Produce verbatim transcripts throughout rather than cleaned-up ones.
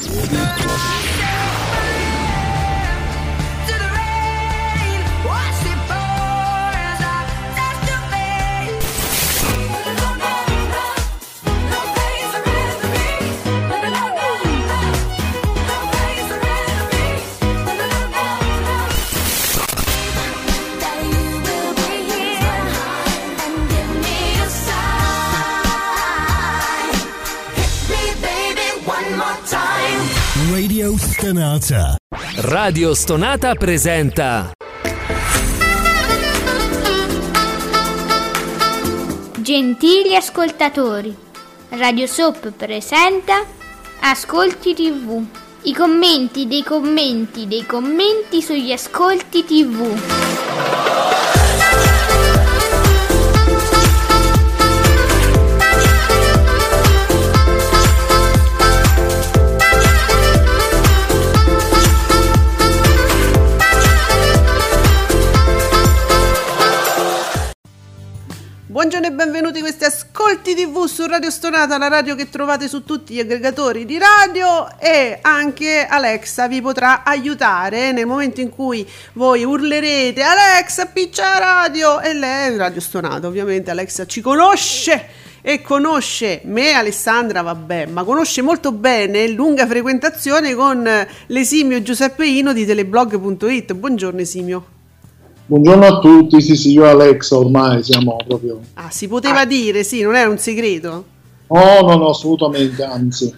Radio Stonata. Radio Stonata presenta Gentili ascoltatori, Radio Soap presenta Ascolti tivù. I commenti dei commenti dei commenti sugli ascolti tivù. Buongiorno e benvenuti a questi Ascolti tivù su Radio Stonata, la radio che trovate su tutti gli aggregatori di radio, e anche Alexa vi potrà aiutare nel momento in cui voi urlerete Alexa piccia la radio, e lei Radio Stonata. Ovviamente Alexa ci conosce e conosce me, Alessandra, vabbè, ma conosce molto bene lunga frequentazione con l'esimio Giuseppe Ino di teleblog punto it. Buongiorno Esimio. Buongiorno a tutti, sì sì, io e Alexa ormai siamo proprio... Ah, si poteva ah. dire, sì, non era un segreto? No, no, no, assolutamente, anzi.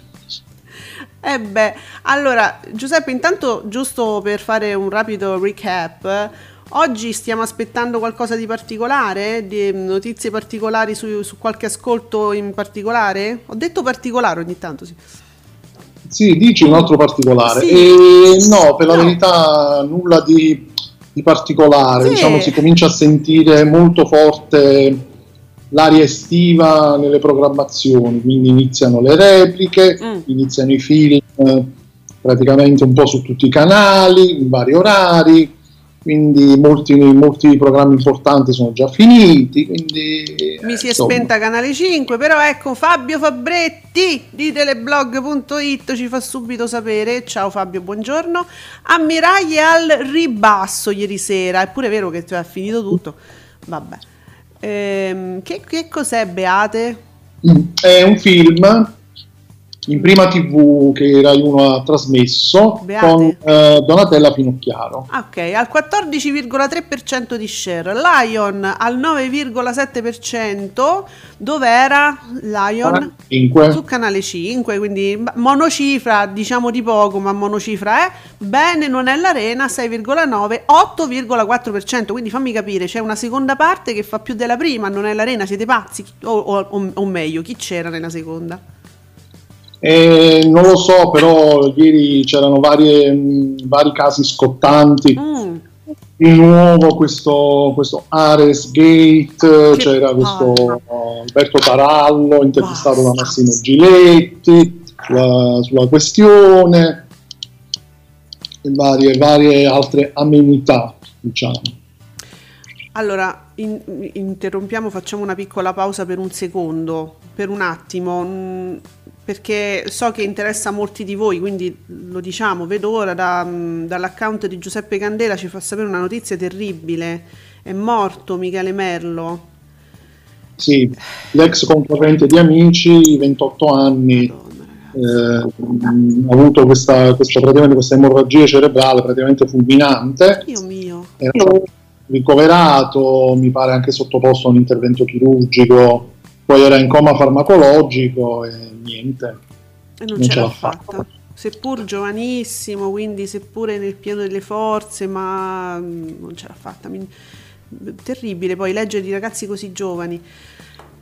Eh beh, allora, Giuseppe, intanto giusto per fare un rapido recap, oggi stiamo aspettando qualcosa di particolare, di notizie particolari su, su qualche ascolto in particolare? Ho detto particolare ogni tanto, sì. Sì, dici un altro particolare. Sì. E no, per la no. verità nulla di... di particolare, sì. Diciamo si comincia a sentire molto forte l'aria estiva nelle programmazioni, quindi iniziano le repliche, mm. iniziano i film praticamente un po' su tutti i canali, in vari orari, quindi molti, molti programmi importanti sono già finiti, quindi mi si è insomma. spenta Canale cinque, però ecco Fabio Fabretti di teleblog punto it ci fa subito sapere. Ciao Fabio, buongiorno. Ammiraglie al ribasso ieri sera, è pure vero che ha finito tutto, vabbè. Ehm, che, che cos'è Beate? È un film in prima tivù che Rai uno ha trasmesso. Beate. Con eh, Donatella Finocchiaro. Ok, al quattordici virgola tre per cento di share, Lion al nove virgola sette per cento, dove era Lion? cinque. Su Canale cinque, quindi monocifra, diciamo di poco, ma monocifra è. Bene, non è l'Arena, sei virgola nove, otto virgola quattro per cento, quindi fammi capire, c'è una seconda parte che fa più della prima, non è l'Arena, siete pazzi? O, o, o meglio, chi c'era nella seconda? Eh, non lo so, però ieri c'erano varie, mh, vari casi scottanti. Mm. Di nuovo questo, questo Ares Gate, che c'era questo uh, Alberto Tarallo intervistato da Massimo Giletti sulla, sulla questione e varie, varie altre amenità, diciamo. Allora, in, interrompiamo, facciamo una piccola pausa per un secondo, per un attimo, mh, perché so che interessa a molti di voi, quindi lo diciamo, vedo ora da, mh, dall'account di Giuseppe Candela ci fa sapere una notizia terribile, è morto Michele Merlo. Sì, l'ex concorrente di Amici, ventotto anni, eh, ha avuto questa, questa, praticamente questa emorragia cerebrale praticamente fulminante. Dio mio. Era ricoverato, mi pare anche sottoposto a un intervento chirurgico, poi era in coma farmacologico e niente. E non, non ce l'ha fatta. fatta. Seppur giovanissimo, quindi seppure nel pieno delle forze, ma non ce l'ha fatta. Terribile poi leggere di ragazzi così giovani.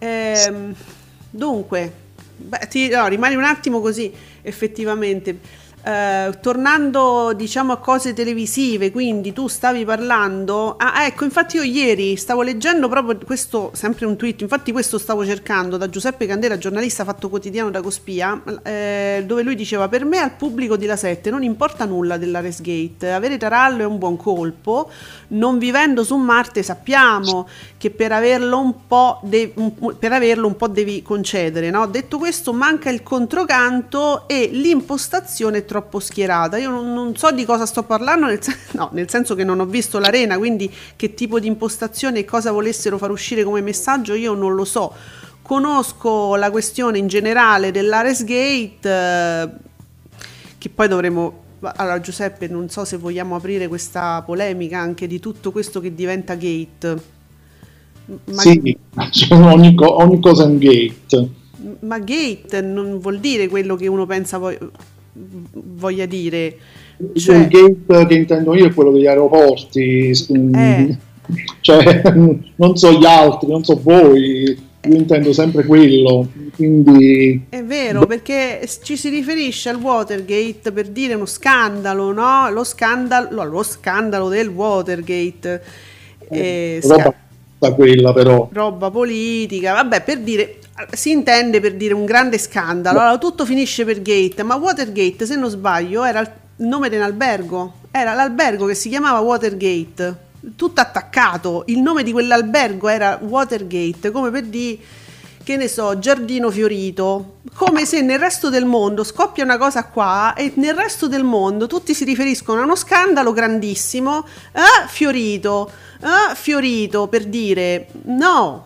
Ehm, dunque, beh, ti, no, rimani un attimo così, effettivamente. Uh, tornando diciamo a cose televisive, quindi tu stavi parlando, ah ecco, infatti io ieri stavo leggendo proprio questo, sempre un tweet, infatti questo stavo cercando, da Giuseppe Candela, giornalista Fatto Quotidiano da Cospia, eh, dove lui diceva: per me al pubblico di La sette non importa nulla dell'Ares Gate, avere Tarallo è un buon colpo, non vivendo su Marte sappiamo che per averlo un po' de- un, per averlo un po' devi concedere, no? Detto questo, manca il controcanto e l'impostazione è troppo schierata. Io non, non so di cosa sto parlando, nel, sen- no, nel senso che non ho visto l'arena, quindi che tipo di impostazione e cosa volessero far uscire come messaggio io non lo so. Conosco la questione in generale dell'Ares Gate, eh, che poi dovremo... Allora Giuseppe, non so se vogliamo aprire questa polemica anche di tutto questo che diventa gate. Ma sì, ogni, co- ogni cosa è un gate. Ma gate non vuol dire quello che uno pensa vo- voglia dire. Cioè... Il gate che intendo io è quello degli aeroporti, eh. Cioè, non so gli altri, non so voi, io intendo sempre quello, quindi... È vero, perché ci si riferisce al Watergate per dire uno scandalo, no? Lo scandalo, lo scandalo del Watergate. Eh, roba, sca- quella però. Roba politica, vabbè, per dire... Si intende per dire un grande scandalo. Allora tutto finisce per Gate, ma Watergate, se non sbaglio, era il nome di un albergo, era l'albergo che si chiamava Watergate, tutto attaccato, il nome di quell'albergo era Watergate, come per dire, che ne so, Giardino Fiorito, come se nel resto del mondo scoppia una cosa qua e nel resto del mondo tutti si riferiscono a uno scandalo grandissimo, ah, Fiorito, ah, Fiorito, per dire, no.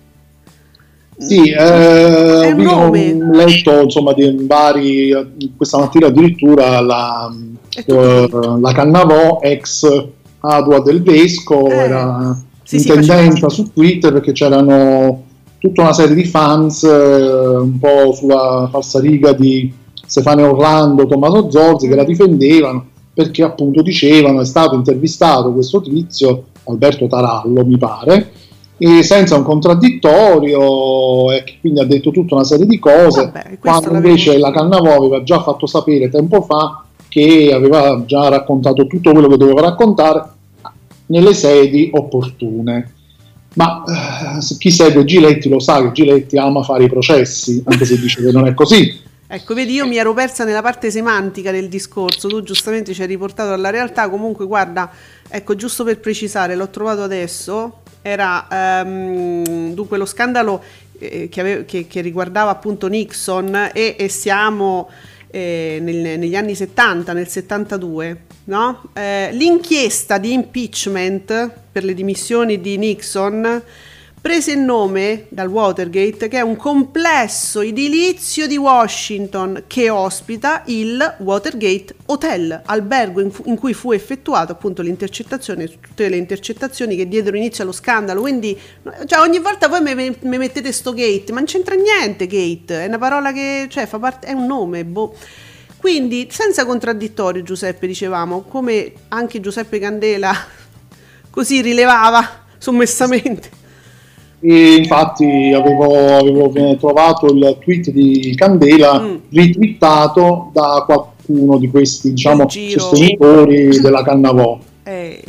Sì, eh, ho letto insomma di vari, questa mattina addirittura la, eh, la Cannavò, ex Adua del Vesco, eh, era sì, in sì, tendenza su Twitter perché c'erano tutta una serie di fans eh, un po' sulla falsariga di Stefano Orlando, Tommaso Zorzi, che la difendevano perché appunto dicevano è stato intervistato questo tizio, Alberto Tarallo mi pare, e senza un contraddittorio, e quindi ha detto tutta una serie di cose. Vabbè, quando invece la Cannavò aveva già fatto sapere tempo fa che aveva già raccontato tutto quello che doveva raccontare nelle sedi opportune. Ma eh, chi segue Giletti lo sa che Giletti ama fare i processi, anche se dice che non è così. Ecco, vedi, io mi ero persa nella parte semantica del discorso, tu giustamente ci hai riportato alla realtà. Comunque guarda, ecco, giusto per precisare, l'ho trovato adesso. Era um, dunque lo scandalo eh, che, ave- che, che riguardava appunto Nixon e, e siamo eh, nel, negli anni settanta, nel settantadue, no? Eh, l'inchiesta di impeachment per le dimissioni di Nixon prese il nome dal Watergate, che è un complesso edilizio di Washington che ospita il Watergate Hotel, albergo in, fu- in cui fu effettuato appunto l'intercettazione, tutte le intercettazioni che diedero inizio allo scandalo. Quindi cioè, ogni volta voi mi, mi mettete sto gate, ma non c'entra niente gate, è una parola che cioè, fa parte, è un nome, boh. Quindi senza contraddittorio, Giuseppe, dicevamo, come anche Giuseppe Candela così rilevava sommessamente. E infatti avevo, avevo trovato il tweet di Candela mm. ritwittato da qualcuno di questi, diciamo, sostenitori della Cannavò. Eh.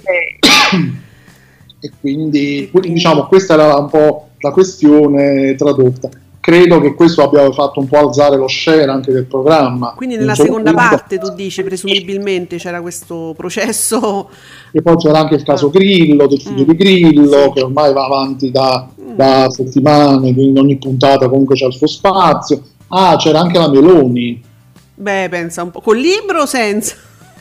E quindi, quindi diciamo, questa era un po' la questione tradotta. Credo che questo abbia fatto un po' alzare lo share anche del programma. Quindi nella seconda punto, parte tu dici presumibilmente c'era questo processo. E poi c'era anche il caso Grillo, del figlio mm. di Grillo, sì. che ormai va avanti da, mm. da settimane, quindi ogni puntata comunque c'ha il suo spazio. Ah, c'era anche la Meloni. Beh, pensa un po', col libro o senza?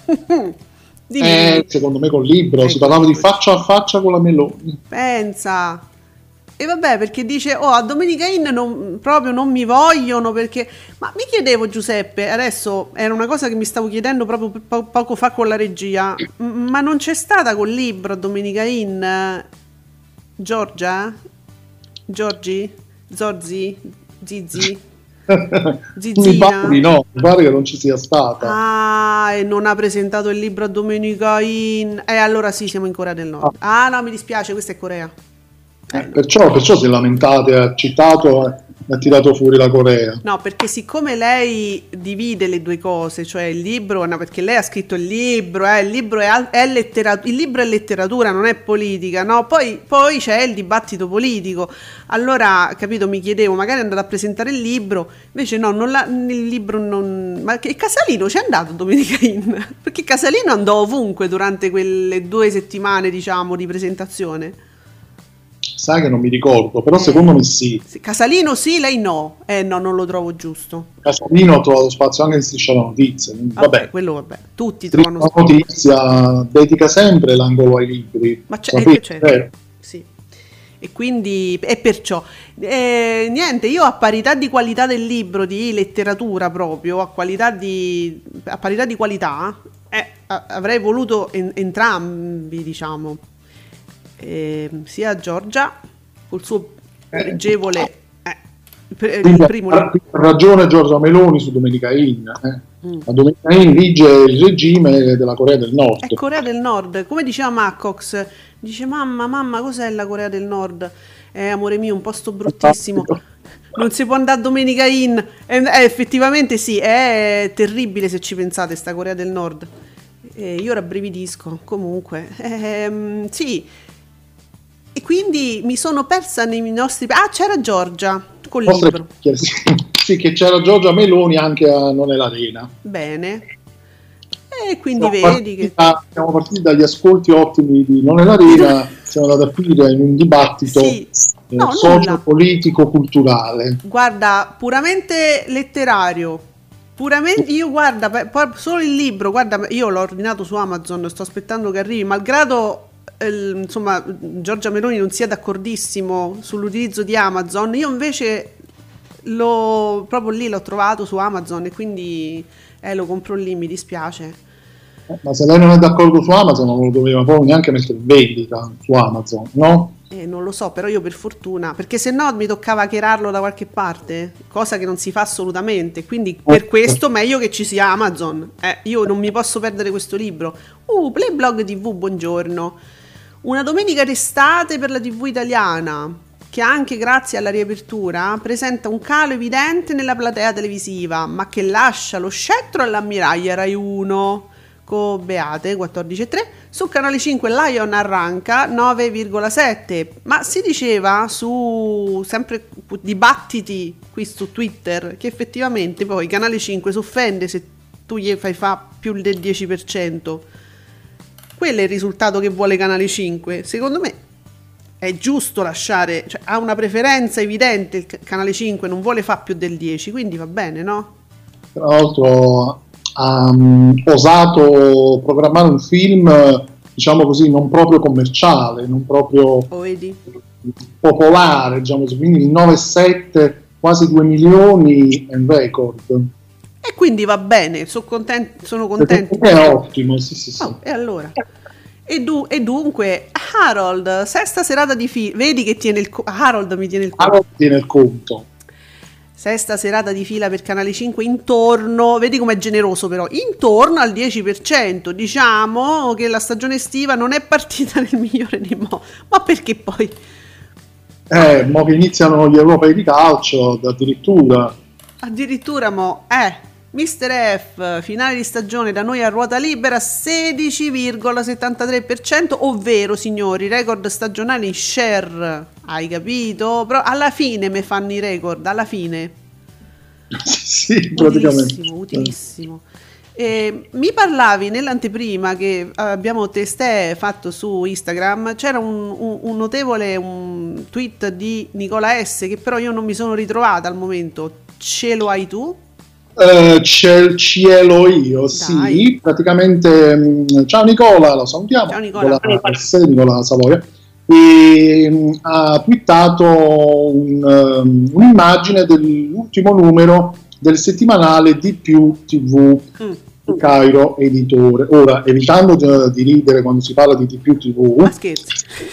eh, secondo me col libro, ecco, si parlava di faccia a faccia con la Meloni. Pensa. E vabbè, perché dice, oh, a Domenica Inn non, proprio non mi vogliono, perché... Ma mi chiedevo, Giuseppe, adesso era una cosa che mi stavo chiedendo proprio po- poco fa con la regia, m- ma non c'è stata col libro a Domenica Inn Giorgia? Giorgi? Zorzi? Zizi? Zizina? Mi pare di no, mi pare che non ci sia stata. Ah, e non ha presentato il libro a Domenica Inn. E eh, allora sì, siamo in Corea del Nord. Ah, ah no, mi dispiace, questa è Corea. Eh, perciò, perciò si è lamentato, ha citato ha tirato fuori la Corea. No, perché siccome lei divide le due cose, cioè il libro, no, perché lei ha scritto il libro, eh, il libro è, è letteratura, il libro è letteratura, non è politica, no? Poi, poi c'è il dibattito politico. Allora, capito, mi chiedevo, magari è andato a presentare il libro, invece no, non la, il libro non... Ma che Casalino c'è andato Domenica In? Perché Casalino andò ovunque durante quelle due settimane, diciamo, di presentazione. Sai che non mi ricordo, però eh, secondo me sì. Casalino sì, lei no. Eh no, non lo trovo giusto. Casalino ha trovato spazio anche in Striscia la Notizia. Vabbè, vabbè, quello vabbè. Tutti Striscia trovano spazio. La Notizia dedica sempre l'angolo ai libri. Ma c'è, eh, certo. eh. Sì. E quindi, e perciò, eh, niente, io a parità di qualità del libro, di letteratura proprio, a, qualità di, a parità di qualità, eh, avrei voluto en- entrambi, diciamo. Eh, sia Giorgia col suo pregevole eh, per, il primo ha ragione Giorgia Meloni su Domenica In, eh. mm. La Domenica In vige il regime della Corea del Nord. È Corea del Nord, come diceva Maccox, dice mamma mamma cos'è la Corea del Nord? Eh, amore mio, un posto bruttissimo, non si può andare a Domenica In. Eh, eh, effettivamente sì, è terribile se ci pensate sta Corea del Nord. Eh, io rabbrividisco comunque. Eh, sì. E quindi mi sono persa nei nostri... Ah, c'era Giorgia col Nostre libro. Sì, sì, che c'era Giorgia Meloni anche a Non è l'Arena. Bene. E quindi siamo vedi che... Da, siamo partiti dagli ascolti ottimi di Non è l'Arena, siamo andati a finire in un dibattito sì. eh, no, socio-politico-culturale. Guarda, puramente letterario. Puramente, io guarda, solo il libro, guarda, io l'ho ordinato su Amazon, sto aspettando che arrivi, malgrado... insomma Giorgia Meloni non sia d'accordissimo sull'utilizzo di Amazon, io invece lo proprio lì l'ho trovato su Amazon e quindi eh, lo compro lì, mi dispiace. Ma se lei non è d'accordo su Amazon non lo doveva poi neanche mettere in vendita su Amazon, no? Eh, non lo so, però io per fortuna, perché se no mi toccava hackerarlo da qualche parte, cosa che non si fa assolutamente, quindi per questo meglio che ci sia Amazon. Eh, io non mi posso perdere questo libro. Uh, Playblog tivù, buongiorno. Una domenica d'estate per la tivù italiana, che anche grazie alla riapertura presenta un calo evidente nella platea televisiva, ma che lascia lo scettro all'ammiraglia Rai uno con Beate quattordici e tre, su Canale cinque Lion arranca nove virgola sette, ma si diceva su sempre dibattiti qui su Twitter che effettivamente poi Canale cinque si offende se tu gli fai fa più del dieci per cento. Quello è il risultato che vuole Canale cinque. Secondo me è giusto lasciare, cioè ha una preferenza evidente il Canale cinque, non vuole fare più del dieci, quindi va bene, no? Tra l'altro ha um, osato programmare un film, diciamo così, non proprio commerciale, non proprio oh, vedi? popolare, diciamo così, quindi il nove virgola sette, quasi due milioni è un record. E quindi va bene, sono contento, sono contento. È ottimo, sì, sì, sì. Oh, e allora? E, du- e dunque, Harold, sesta serata di fila, vedi che tiene il co- Harold mi tiene il conto. Harold tiene il conto. Sesta serata di fila per Canale cinque, intorno, vedi com'è generoso però, intorno al dieci per cento. Diciamo che la stagione estiva non è partita nel migliore dei modi, ma perché poi? Eh, mo che iniziano gli europei di calcio, addirittura. Addirittura mo, eh... mister F, finale di stagione da noi a ruota libera sedici virgola settantatré per cento, ovvero signori, record stagionale in share, hai capito? Però alla fine me fanno i record, alla fine. Sì, praticamente. Utilissimo, utilissimo. E mi parlavi nell'anteprima che abbiamo testé fatto su Instagram, c'era un, un, un notevole un tweet di Nicola S che però io non mi sono ritrovata al momento, ce lo hai tu? Uh, c'è, cielo io, Dai. sì, praticamente mh, ciao Nicola, lo salutiamo. Ciao Nicola. Nicola, S, Nicola Savoia, e mh, ha twittato un, um, un'immagine dell'ultimo numero del settimanale Di Più tivù, mm. Cairo Editore. Ora, evitando di, di ridere quando si parla di Di Più tivù, ma scherzi.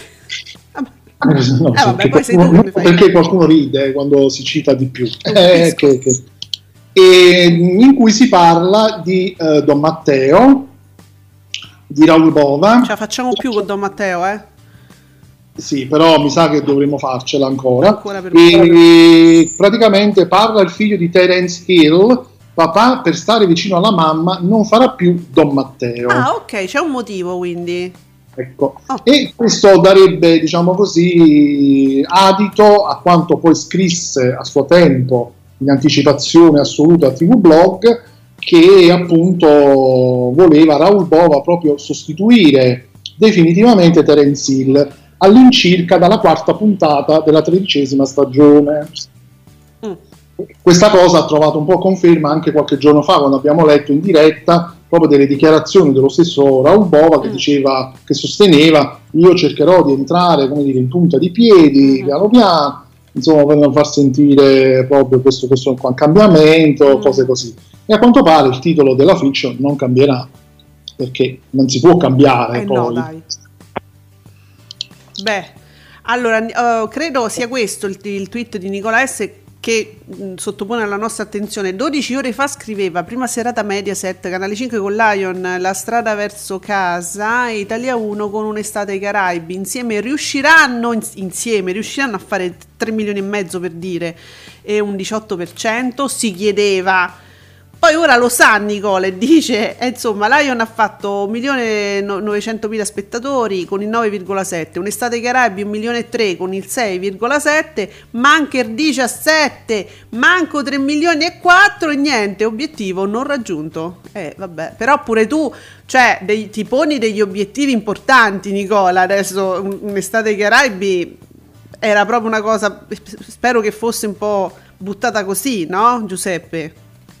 No, eh, vabbè, perché, poi qualcuno, tu perché qualcuno ride quando si cita Di Più. Eh, che, che, e in cui si parla di uh, Don Matteo, di Raul Bova. Ce la facciamo più con Don Matteo, eh? Sì, però mi sa che dovremmo farcela ancora. ancora per e praticamente parla il figlio di Terence Hill: papà, per stare vicino alla mamma non farà più Don Matteo. Ah, ok, c'è un motivo quindi. Ecco. Oh. E questo darebbe, diciamo così, adito a quanto poi scrisse a suo tempo in anticipazione assoluta a T V Blog, che appunto voleva Raoul Bova proprio sostituire definitivamente Terence Hill all'incirca dalla quarta puntata della tredicesima stagione. Mm. Questa cosa ha trovato un po' conferma anche qualche giorno fa, quando abbiamo letto in diretta proprio delle dichiarazioni dello stesso Raoul Bova, che mm. diceva, che sosteneva: io cercherò di entrare, come dire, in punta di piedi, mm. piano piano, insomma, per non far sentire proprio questo, questo cambiamento, mm. cose così. E a quanto pare il titolo della fiction non cambierà, perché non si può cambiare. Eh poi. No, dai. Beh, allora uh, credo sia questo il, il tweet di Nicola S che mh, sottopone alla nostra attenzione. dodici ore fa scriveva: prima serata Mediaset, Canale cinque con Lion, La strada verso casa, e Italia uno con Un'estate ai Caraibi. Insieme riusciranno ins- insieme riusciranno a fare tre milioni e mezzo, per dire, e un diciotto per cento, si chiedeva. Poi ora lo sa Nicola e dice, eh, insomma, Lion ha fatto un milione e novecentomila spettatori con il nove virgola sette, Un'estate ai Caraibi un milione e tre con il sei virgola sette, Mancher diciassette, manco tre milioni e quattro e niente, obiettivo non raggiunto. Eh, vabbè, però pure tu, cioè, dei, ti poni degli obiettivi importanti, Nicola. Adesso Un'estate ai Caraibi era proprio una cosa, spero che fosse un po' buttata così, no, Giuseppe?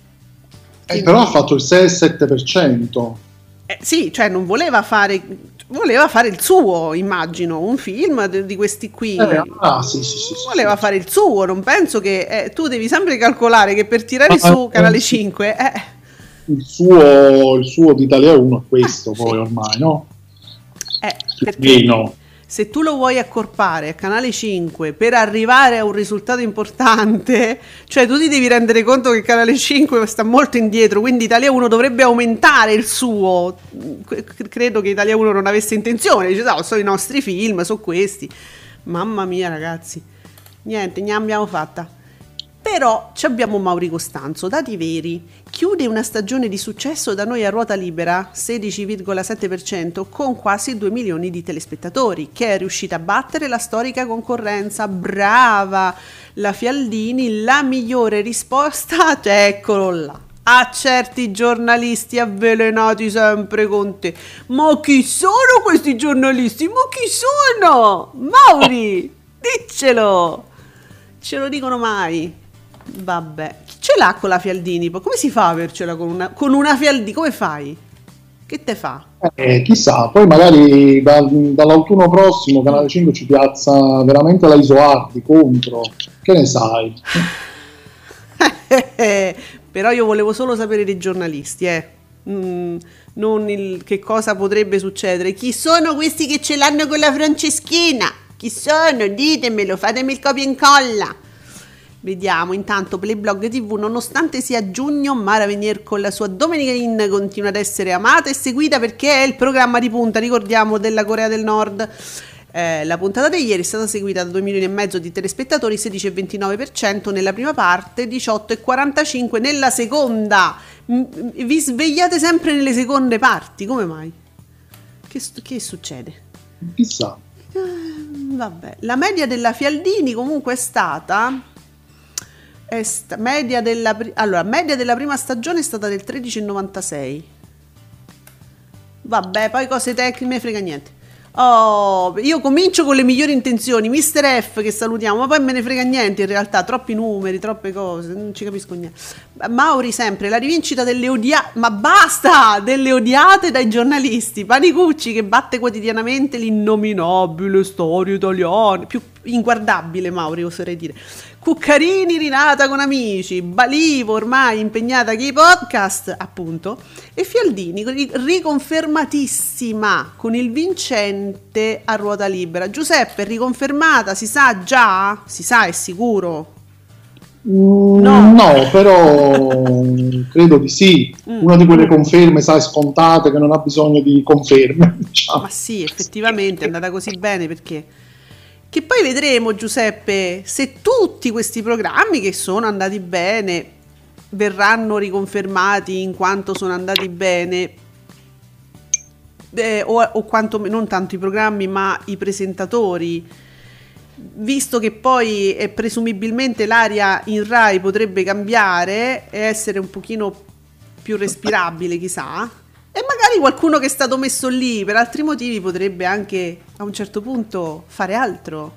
Eh, però ha fatto il sei virgola sette per cento. Eh, sì, cioè non voleva fare, voleva fare il suo, immagino, un film di, di questi qui. Eh, ah, sì, sì, sì, voleva sì, fare il suo, non penso che eh, tu devi sempre calcolare che per tirare ah, su Canale sì. cinque eh. il suo il suo di Italia uno è questo, eh, poi sì. ormai, no? Eh, perché sì, no. Se tu lo vuoi accorpare a Canale cinque per arrivare a un risultato importante, cioè tu ti devi rendere conto che Canale cinque sta molto indietro, quindi Italia uno dovrebbe aumentare il suo. Credo che Italia uno non avesse intenzione, dice no, sono i nostri film, sono questi. Mamma mia ragazzi, niente, ne abbiamo fatta. Però ci abbiamo Mauri Costanzo, dati veri, chiude una stagione di successo da noi a ruota libera, sedici virgola sette per cento, con quasi due milioni di telespettatori, che è riuscita a battere la storica concorrenza. Brava la Fialdini, la migliore risposta, cioè, eccolo là, a certi giornalisti avvelenati sempre con te. Ma chi sono questi giornalisti? Ma chi sono? Mauri, diccelo, ce lo dicono mai. Vabbè, chi ce l'ha con la Fialdini? Come si fa a avercela con una, con una Fialdini? Come fai? Che te fa? Eh, chissà, poi magari da, dall'autunno prossimo Canale cinque ci piazza veramente la Isoardi contro, che ne sai? Però io volevo solo sapere dei giornalisti, eh. Mm, non il, che cosa potrebbe succedere. Chi sono questi che ce l'hanno con la Franceschina? Chi sono? Ditemelo, fatemi il copia e incolla. Vediamo, intanto Playblog tivù, nonostante sia giugno, Mara Venier con la sua Domenica In continua ad essere amata e seguita perché è il programma di punta, ricordiamo, della Corea del Nord. Eh, la puntata di ieri è stata seguita da due milioni e mezzo di telespettatori, sedici virgola ventinove per cento nella prima parte, diciotto virgola quarantacinque per cento nella seconda. Vi svegliate sempre nelle seconde parti, come mai? Che, che succede? Chissà. Eh, vabbè, la media della Fialdini comunque è stata... Sta, media della, allora, media della prima stagione è stata del tredici virgola novantasei. Vabbè, poi cose tecniche, me frega niente. Oh, io comincio con le migliori intenzioni, mister F che salutiamo, ma poi me ne frega niente in realtà, troppi numeri, troppe cose, non ci capisco niente. Mauri sempre, la rivincita delle odiate, ma basta, delle odiate dai giornalisti. Panicucci che batte quotidianamente l'innominabile storia italiana, più inguardabile Mauri oserei dire. Cuccarini rinata con amici, Balivo ormai impegnata con i podcast, appunto, e Fialdini riconfermatissima con il vincente a ruota libera. Giuseppe, riconfermata, si sa già? Si sa, è sicuro? Mm, no. no, però credo di sì. Mm. Una di quelle conferme, sai, scontate, che non ha bisogno di conferme, diciamo. Ma sì, effettivamente è andata così bene perché... Che poi vedremo, Giuseppe, se tutti questi programmi che sono andati bene verranno riconfermati in quanto sono andati bene, eh, o, o quanto, non tanto i programmi ma i presentatori, visto che poi eh, presumibilmente l'aria in Rai potrebbe cambiare e essere un pochino più respirabile, chissà, e magari qualcuno che è stato messo lì per altri motivi potrebbe anche a un certo punto fare altro.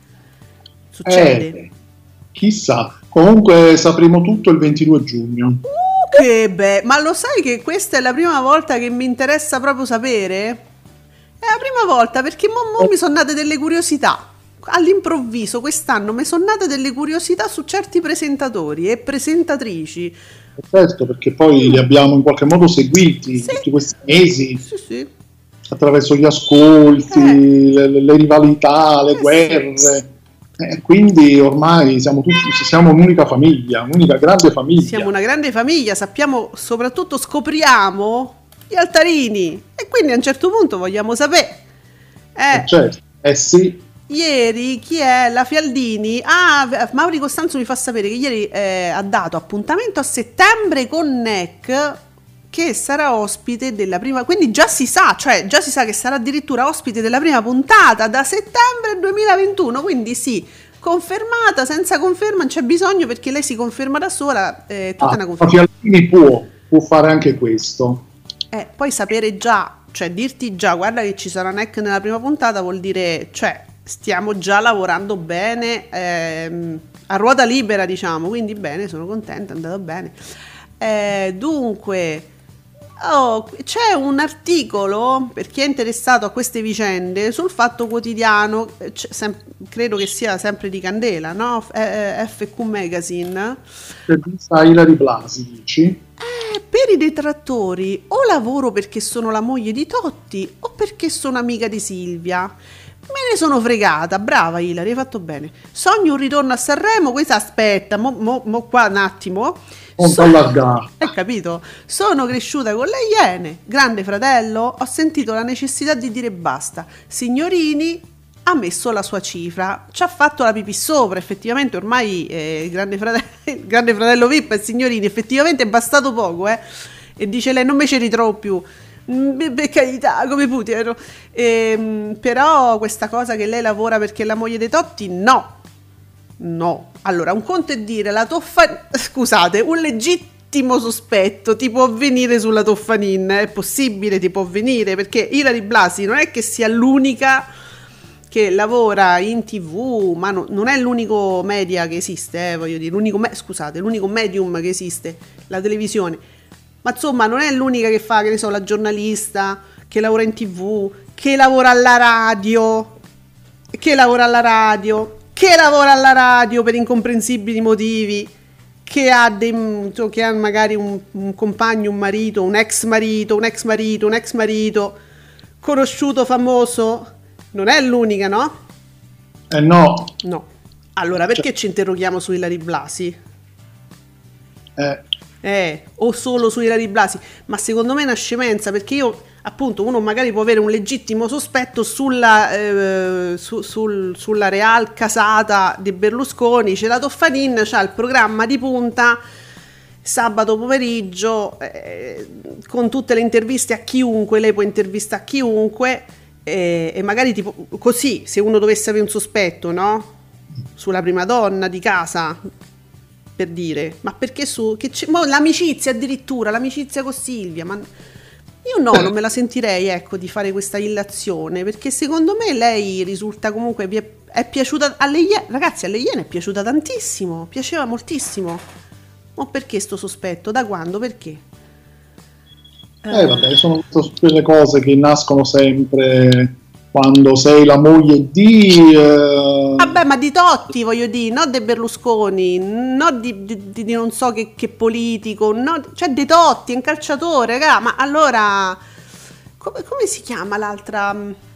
Succede. Eh, chissà. Comunque sapremo tutto il ventidue giugno. Uh, che bello! Ma lo sai che questa è la prima volta che mi interessa proprio sapere? È la prima volta, perché mo, mo mi sono nate delle curiosità. All'improvviso quest'anno mi sono nate delle curiosità su certi presentatori e presentatrici. Certo, perché poi li abbiamo in qualche modo seguiti, sì, tutti questi mesi, sì, sì, attraverso gli ascolti, eh. le, le rivalità, le eh, guerre, sì. eh, quindi ormai siamo tutti, siamo un'unica famiglia, un'unica grande famiglia. Siamo una grande famiglia, sappiamo, soprattutto scopriamo gli altarini, e quindi a un certo punto vogliamo sapere. Eh, eh certo, eh sì. Ieri chi è? La Fialdini. Ah, Mauri Costanzo mi fa sapere che ieri eh, ha dato appuntamento a settembre con N E C, che sarà ospite della prima, quindi già si sa, cioè già si sa che sarà addirittura ospite della prima puntata da settembre duemilaventuno, quindi sì, confermata, senza conferma non c'è bisogno, perché lei si conferma da sola, eh, tutta ah, una conferma. La Fialdini può, può fare anche questo. Eh, poi sapere già, cioè dirti già, guarda che ci sarà N E C nella prima puntata, vuol dire, cioè stiamo già lavorando bene, ehm, a ruota libera, diciamo, quindi bene, sono contenta, è andato bene. Eh, dunque, oh, c'è un articolo, per chi è interessato a queste vicende, sul Fatto Quotidiano, sem- credo che sia sempre di Candela, no? Eh, F Q Magazine. Intervista Ilary Blasi, dici? Eh, per i detrattori, o lavoro perché sono la moglie di Totti o perché sono amica di Silvia. Me ne sono fregata, brava Ilary, hai fatto bene. Sogno un ritorno a Sanremo, questa aspetta, mo, mo, mo qua un attimo. So, hai capito? Sono cresciuta con le Iene, Grande Fratello, ho sentito la necessità di dire basta. Signorini ha messo la sua cifra, ci ha fatto la pipì sopra, effettivamente ormai eh, il Grande Fratello, il Grande Fratello V I P e Signorini, effettivamente è bastato poco, eh. E dice lei, non me ci ritrovo più. Per carità, come Putin, ehm, però questa cosa che lei lavora perché è la moglie dei Totti, no, no. Allora, un conto è dire la Toffa, scusate, un legittimo sospetto ti può avvenire sulla Toffanin, è possibile, ti può avvenire, perché Ilary Blasi non è che sia l'unica che lavora in tv, ma no, non è l'unico media che esiste, eh, voglio dire, l'unico me- scusate, l'unico medium che esiste, la televisione. Ma insomma non è l'unica che fa, che ne so, la giornalista, che lavora in tv, che lavora alla radio, che lavora alla radio, che lavora alla radio per incomprensibili motivi, che ha, dei, che ha magari un, un compagno, un marito, un ex marito, un ex marito, un ex marito, conosciuto, famoso. Non è l'unica, no? Eh no. No. Allora perché ci interroghiamo su Ilary Blasi? Eh... Eh, o solo su Ilary Blasi, ma secondo me è una scemenza, perché io, appunto, uno magari può avere un legittimo sospetto sulla, eh, su, sul, sulla real casata di Berlusconi. C'è la Toffanin, c'ha il programma di punta sabato pomeriggio, eh, con tutte le interviste a chiunque, lei può intervistare a chiunque, eh, e magari tipo così, se uno dovesse avere un sospetto, no? Sulla prima donna di casa, per dire, ma perché su che c'è, mo, l'amicizia addirittura, l'amicizia con Silvia, ma io no, non me la sentirei, ecco, di fare questa illazione, perché secondo me lei risulta comunque, è, è piaciuta alle Iene, ragazzi, alle Iene è piaciuta tantissimo, piaceva moltissimo. Ma perché sto sospetto? Da quando? Perché? Eh, vabbè, sono quelle cose che nascono sempre quando sei la moglie di... Eh... Vabbè, ma di Totti, voglio dire, no De Berlusconi, no di, di, di non so che, che politico, no, cioè De Totti, è un calciatore, raga, ma allora... Come, come si chiama l'altra...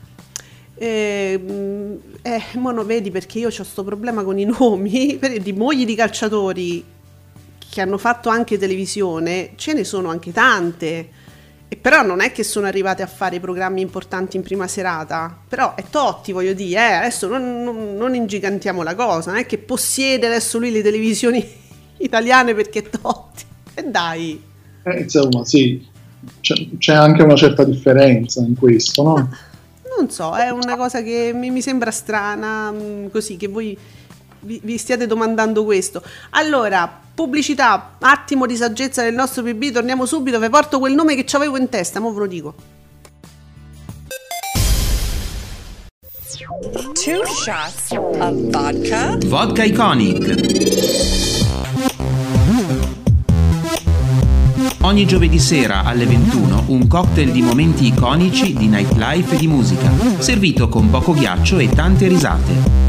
Eh, eh, mo non vedi, perché io ho sto problema con i nomi, di mogli di calciatori che hanno fatto anche televisione, ce ne sono anche tante. E però non è che sono arrivate a fare i programmi importanti in prima serata, però è Totti, voglio dire, eh? Adesso non, non, non ingigantiamo la cosa, non è che possiede adesso lui le televisioni italiane perché è Totti, e dai. Eh, insomma, sì, c'è, c'è anche una certa differenza in questo, no? Ma, non so, è una cosa che mi, mi sembra strana, così, che voi vi, vi stiate domandando questo. Allora, pubblicità, attimo di saggezza del nostro P B, torniamo subito, vi porto quel nome che c'avevo in testa, mo ve lo dico. Two shots of vodka. Vodka Iconic. Ogni giovedì sera alle ventuno un cocktail di momenti iconici di nightlife e di musica, servito con poco ghiaccio e tante risate.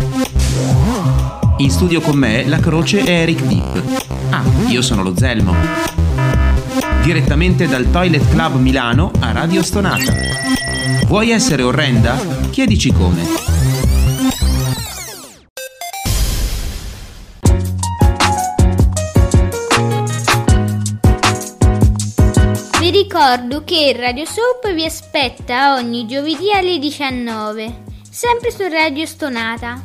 In studio con me la croce è Eric Deep. Ah, io sono lo Zelmo. Direttamente dal Toilet Club Milano a Radio Stonata. Vuoi essere orrenda? Chiedici come. Vi ricordo che Radio Soap vi aspetta ogni giovedì alle diciannove, sempre su Radio Stonata.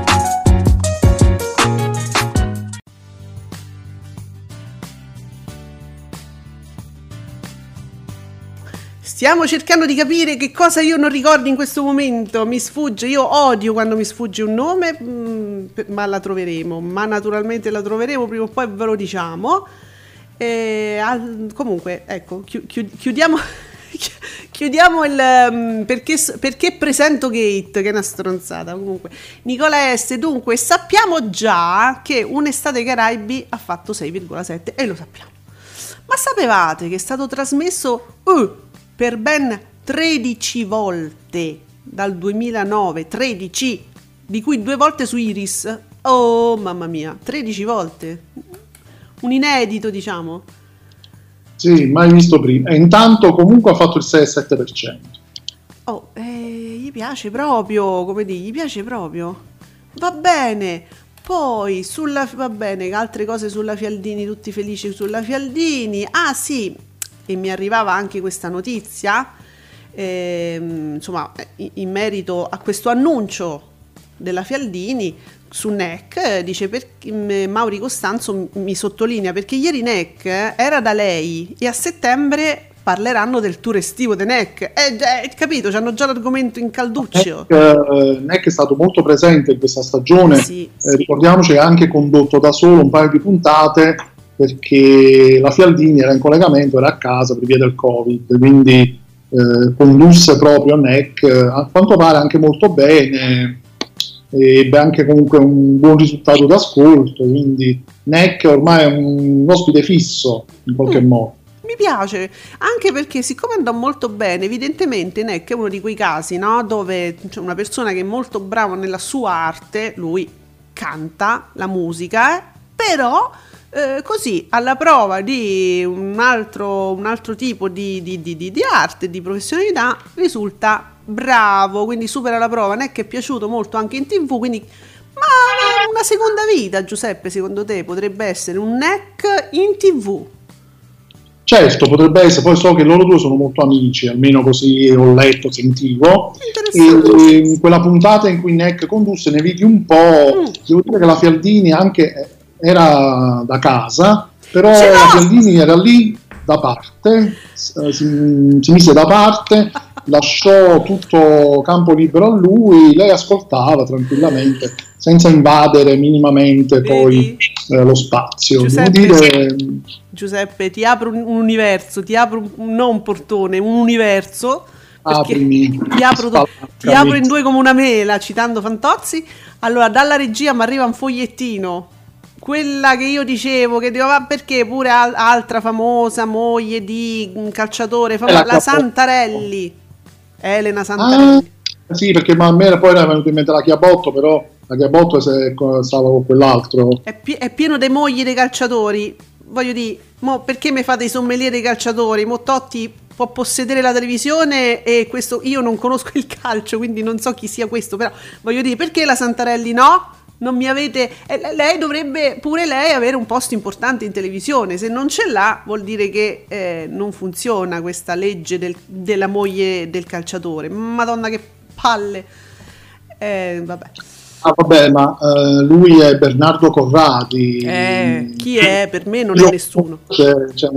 Stiamo cercando di capire che cosa io non ricordo in questo momento, mi sfugge, io odio quando mi sfugge un nome, mh, ma la troveremo, ma naturalmente la troveremo, prima o poi ve lo diciamo. E, al, comunque, ecco, chi, chi, chiudiamo, chiudiamo il um, perché, perché presento Gate, che è una stronzata. Comunque, Nicola S. Dunque, sappiamo già che Un'estate Caraibi ha fatto sei virgola sette e lo sappiamo. Ma sapevate che è stato trasmesso uh, per ben tredici volte dal duemilanove, tredici, di cui due volte su Iris. Oh, mamma mia, tredici volte. Un inedito, diciamo. Sì, mai visto prima. E intanto comunque ha fatto il sei virgola sette per cento. Oh, eh, gli piace proprio, come dire, gli piace proprio. Va bene. Poi, sulla, va bene, altre cose sulla Fialdini, tutti felici sulla Fialdini. Ah sì, e mi arrivava anche questa notizia, ehm, insomma, in, in merito a questo annuncio della Fialdini, su N E C, dice per, Mauri Costanzo mi sottolinea perché ieri N E C era da lei e a settembre parleranno del tour estivo di N E C. Eh, eh, capito, c'hanno già l'argomento in calduccio. N E C è stato molto presente in questa stagione, sì, eh, sì. Ricordiamoci che ha anche condotto da solo un paio di puntate perché la Fialdini era in collegamento, era a casa per via del Covid, quindi eh, condusse proprio N E C, a quanto pare anche molto bene, ebbe anche comunque un buon risultato d'ascolto, quindi N E C ormai è un ospite fisso in qualche mm, modo. Mi piace, anche perché siccome andò molto bene, evidentemente N E C è uno di quei casi, no, dove c'è una persona che è molto brava nella sua arte, lui canta la musica, eh, però eh, così alla prova di un altro, un altro tipo di, di, di, di, di arte, di professionalità, risulta bravo, quindi supera la prova. N E C è piaciuto molto anche in tv, quindi ma una seconda vita, Giuseppe, secondo te potrebbe essere un N E C in tv? Certo, potrebbe essere, poi so che loro due sono molto amici, almeno così ho letto, sentivo, e in quella puntata in cui N E C condusse ne vidi un po', mm. devo dire che la Fialdini anche era da casa, però la Fialdini era lì da parte, si, si mise da parte, lasciò tutto campo libero a lui, lei ascoltava tranquillamente senza invadere minimamente Vedi? poi eh, lo spazio. Giuseppe, Devo dire... Giuseppe, ti apro un universo, ti apro un, non un portone, un universo, Aprimi, ti, apro, ti apro in due come una mela, citando Fantozzi. Allora, dalla regia mi arriva un fogliettino, quella che io dicevo, che dico, ma perché pure al- altra famosa moglie di un calciatore famoso, la Santarelli, Elena Santarelli. Ah, sì, perché ma a me poi era venuto in mente la Chiabotto, però la Chiabotto stava con quell'altro. È, pi- è pieno di mogli dei calciatori, voglio dire, mo perché mi fate i sommelier dei calciatori? Mo Totti può possedere la televisione e questo, io non conosco il calcio, quindi non so chi sia questo, però voglio dire, perché la Santarelli no? non mi avete... Eh, lei dovrebbe pure lei avere un posto importante in televisione, se non ce l'ha vuol dire che eh, non funziona questa legge del, della moglie del calciatore. Madonna che palle. Eh, vabbè. Ah, vabbè, ma uh, lui è Bernardo Corradi. Eh, chi è? Per me non è nessuno. Cioè, cioè,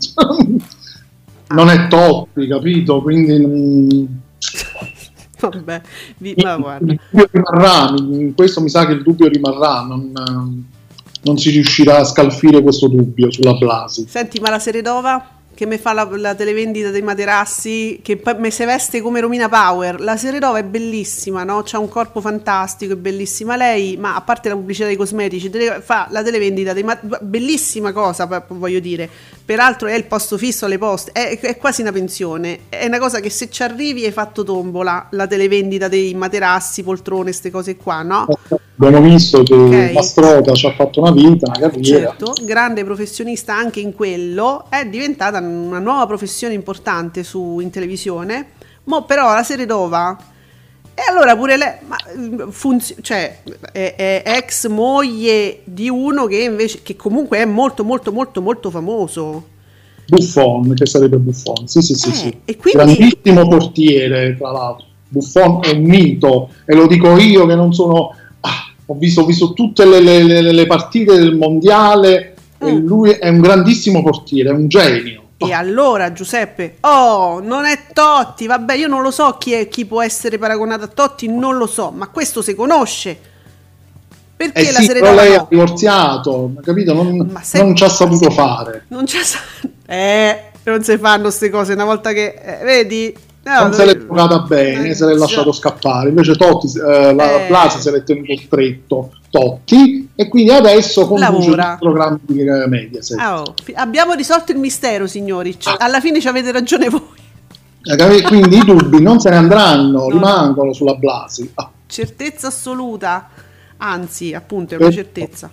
non è Totti, capito? Quindi non... vabbè, vi, ma guarda. Il dubbio rimarrà, in questo mi sa che il dubbio rimarrà, non, non si riuscirà a scalfire questo dubbio sulla Blasi. Senti, ma la Seredova che mi fa la, la televendita dei materassi, che mi si veste come Romina Power, la Seredova è bellissima, no? C'ha un corpo fantastico, è bellissima lei, ma a parte la pubblicità dei cosmetici tele, fa la televendita dei materassi, bellissima cosa, voglio dire, peraltro è il posto fisso alle poste, è, è quasi una pensione, è una cosa che se ci arrivi hai fatto tombola, la televendita dei materassi, poltrone, queste cose qua, no? Abbiamo visto che okay. Mastrota ci ha fatto una vita, una carriera. Certo, grande professionista anche in quello, è diventata una nuova professione importante su in televisione. Mo però la Seredova, e allora pure lei, ma funzi- cioè è, è ex moglie di uno che invece che comunque è molto molto molto molto famoso. Buffon, che sarebbe Buffon, sì sì sì, eh, sì. E quindi... grandissimo portiere, tra l'altro. Buffon è un mito, e lo dico io che non sono... Ho visto, ho visto tutte le, le, le partite del mondiale mm. e lui è un grandissimo portiere, è un genio. E allora Giuseppe, oh, non è Totti, vabbè, io non lo so chi, è, chi può essere paragonato a Totti, non lo so, ma questo si conosce. Perché eh la sì, Seredova però lei no? ha divorziato, capito? Non, ma se... non ci ha saputo fare. Non ci ha Eh, non si fanno queste cose una volta che, eh, vedi... No, non se l'è giocata bene, eh, se l'è lasciato scappare. Invece Totti, eh, la eh. Blasi se l'è tenuto stretto Totti, e quindi adesso conduce il programma di Mediaset. Oh, abbiamo risolto il mistero, signori. C- alla fine ci avete ragione voi. Quindi i dubbi non se ne andranno, no. Rimangono sulla Blasi. Ah. Certezza assoluta, anzi, appunto, è una certezza.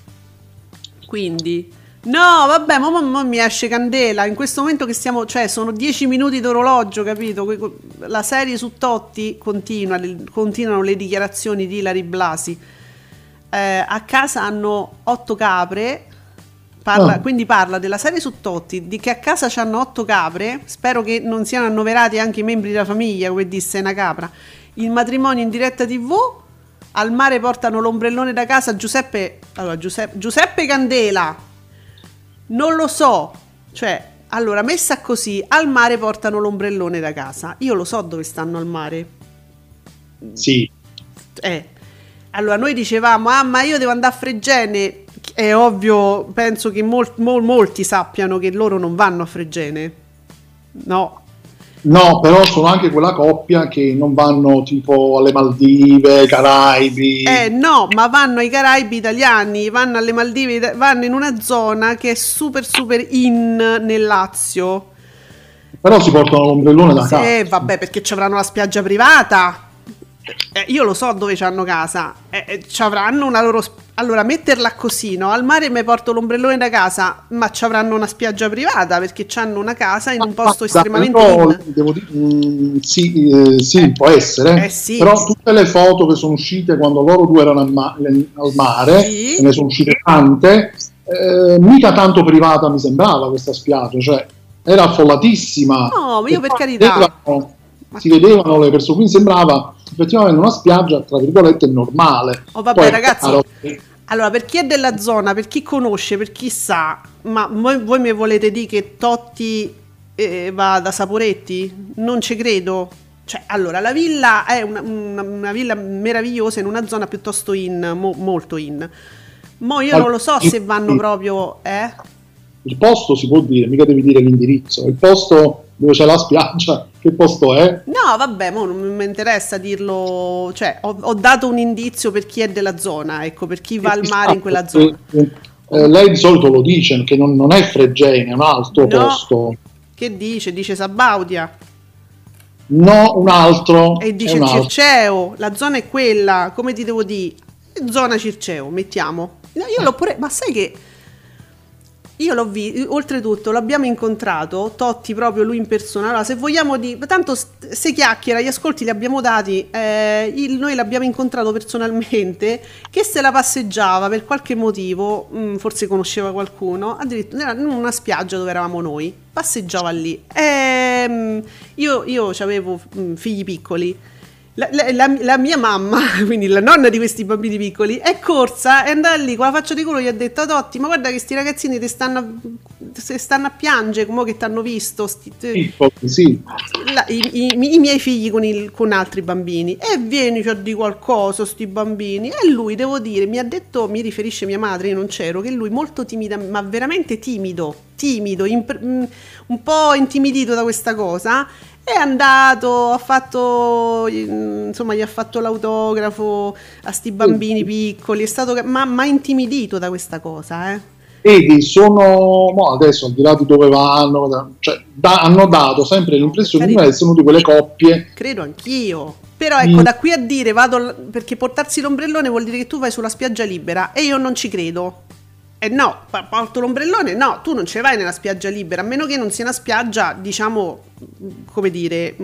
Quindi... no, vabbè, ma, ma mi esce candela. In questo momento che stiamo, cioè, sono dieci minuti d'orologio, capito? La serie su Totti continua, le, continuano le dichiarazioni di Ilary Blasi. Eh, a casa hanno otto capre. Parla, oh. Quindi parla della serie su Totti, di che a casa c'hanno otto capre. Spero che non siano annoverati anche i membri della famiglia, come disse una capra. Il matrimonio in diretta tivù. Al mare portano l'ombrellone da casa. Giuseppe, allora, Giuseppe, Giuseppe Candela. Non lo so, cioè, allora, messa così, al mare portano l'ombrellone da casa. Io lo so dove stanno al mare. Sì. Eh, allora noi dicevamo, ah, ma io devo andare a Fregene. È ovvio, penso che mol- mol- molti sappiano che loro non vanno a Fregene. No. No, però sono anche quella coppia che non vanno tipo alle Maldive, ai Caraibi. Eh no, ma vanno ai Caraibi italiani, vanno alle Maldive, vanno in una zona che è super super in nel Lazio. Però si portano l'ombrellone da sì, casa. Eh vabbè, perché ci avranno la spiaggia privata. Eh, io lo so dove c'hanno casa. Eh, eh, ci avranno una loro sp- allora metterla così, no? Al mare mi porto l'ombrellone da casa, ma ci avranno una spiaggia privata perché c'hanno una casa in un posto estremamente no, in. devo dire, mm, sì, eh, sì eh, può essere. Eh, sì. Però tutte le foto che sono uscite quando loro due erano al, ma- al mare, sì. Ne sono uscite tante, eh, mica tanto privata mi sembrava questa spiaggia, cioè era affollatissima. No, io per carità. Vedevano, si vedevano le persone, quindi sembrava effettivamente una spiaggia tra virgolette normale. Oh vabbè, poi, ragazzi, chiaro, allora per chi è della zona, per chi conosce, per chi sa, ma voi, voi mi volete dire che Totti eh, va da Saporetti? Non ci credo. Cioè, allora, la villa è una, una, una villa meravigliosa in una zona piuttosto in, mo, molto in. Mo io non lo so se vanno proprio, eh? Il posto si può dire, mica devi dire l'indirizzo. Il posto dove c'è la spiaggia, che posto è? No, vabbè, mo non mi interessa dirlo, cioè ho, ho dato un indizio per chi è della zona, ecco, per chi va al mare in quella zona. Eh, eh, lei di solito lo dice, che non, non è Fregene, è un altro no. posto. Che dice? Dice Sabaudia. No, un altro. E dice un Circeo, altro. la zona è quella, come ti devo dire? Zona Circeo, mettiamo. No, io l'ho pure, ma sai che io l'ho visto, oltretutto l'abbiamo incontrato, Totti proprio lui in persona. Allora, se vogliamo di tanto se chiacchiera, gli ascolti li abbiamo dati, eh, il, noi l'abbiamo incontrato personalmente, che se la passeggiava per qualche motivo, mh, forse conosceva qualcuno, addirittura in una spiaggia dove eravamo noi, passeggiava lì. E, mh, io io avevo figli piccoli. La, la, la mia mamma, quindi la nonna di questi bambini piccoli, è corsa e andava lì con la faccia di culo, gli ha detto a Totti: ma guarda che sti ragazzini ti stanno a, se stanno a piangere come che ti hanno visto sti, sì, sì. La, i, i, i miei figli con, il, con altri bambini, e vieni cioè, di qualcosa sti bambini. E lui, devo dire, mi ha detto, mi riferisce mia madre, io non c'ero, che lui molto timido, ma veramente timido timido, imp- un po' intimidito da questa cosa, è andato, ha fatto, insomma, gli ha fatto l'autografo a sti bambini piccoli, è stato, ma, ma intimidito da questa cosa, eh. Vedi, sono, no, adesso al di là di dove vanno, cioè, da, hanno dato sempre l'impressione di essere di quelle coppie. Credo anch'io. Però ecco, mm. da qui a dire vado, perché portarsi l'ombrellone vuol dire che tu vai sulla spiaggia libera, e io non ci credo. E eh no, porto l'ombrellone, no, tu non ce vai nella spiaggia libera, a meno che non sia una spiaggia, diciamo, come dire,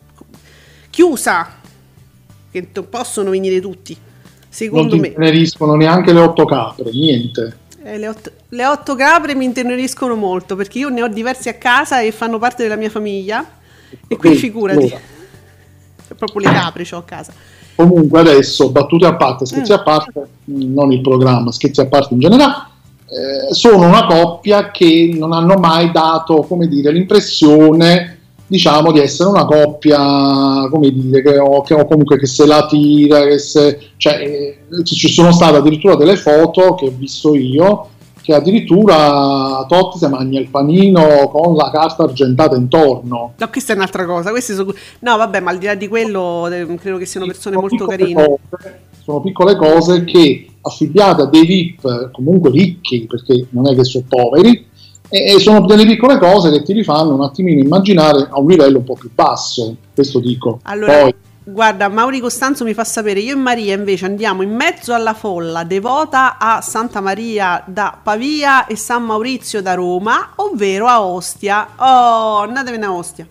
chiusa, che non possono venire tutti, secondo me. Non ti inteneriscono neanche le otto capre, niente. Eh, le, otto, le otto capre mi inteneriscono molto, perché io ne ho diversi a casa e fanno parte della mia famiglia, e qui figurati, allora. Proprio le capre c'ho a casa. Comunque adesso, battute a parte, scherzi mm. a parte, non il programma, scherzi a parte in generale, Eh, sono una coppia che non hanno mai dato, come dire, l'impressione, diciamo, di essere una coppia, come dire, che o, che, o comunque che se la tira, che se, cioè, eh, ci sono state addirittura delle foto che ho visto io, che addirittura Totti si mangia il panino con la carta argentata intorno. No, questa è un'altra cosa, queste sono... no vabbè, ma al di là di quello credo che siano persone sono molto carine. Cose, sono piccole cose che, affibbiate a dei V I P comunque ricchi, perché non è che sono poveri, e, e sono delle piccole cose che ti rifanno un attimino immaginare a un livello un po' più basso, questo dico. Allora, poi guarda, Mauri Costanzo mi fa sapere, io e Maria invece andiamo in mezzo alla folla devota a Santa Maria da Pavia e San Maurizio da Roma, ovvero a Ostia. Oh, andatevene a Ostia.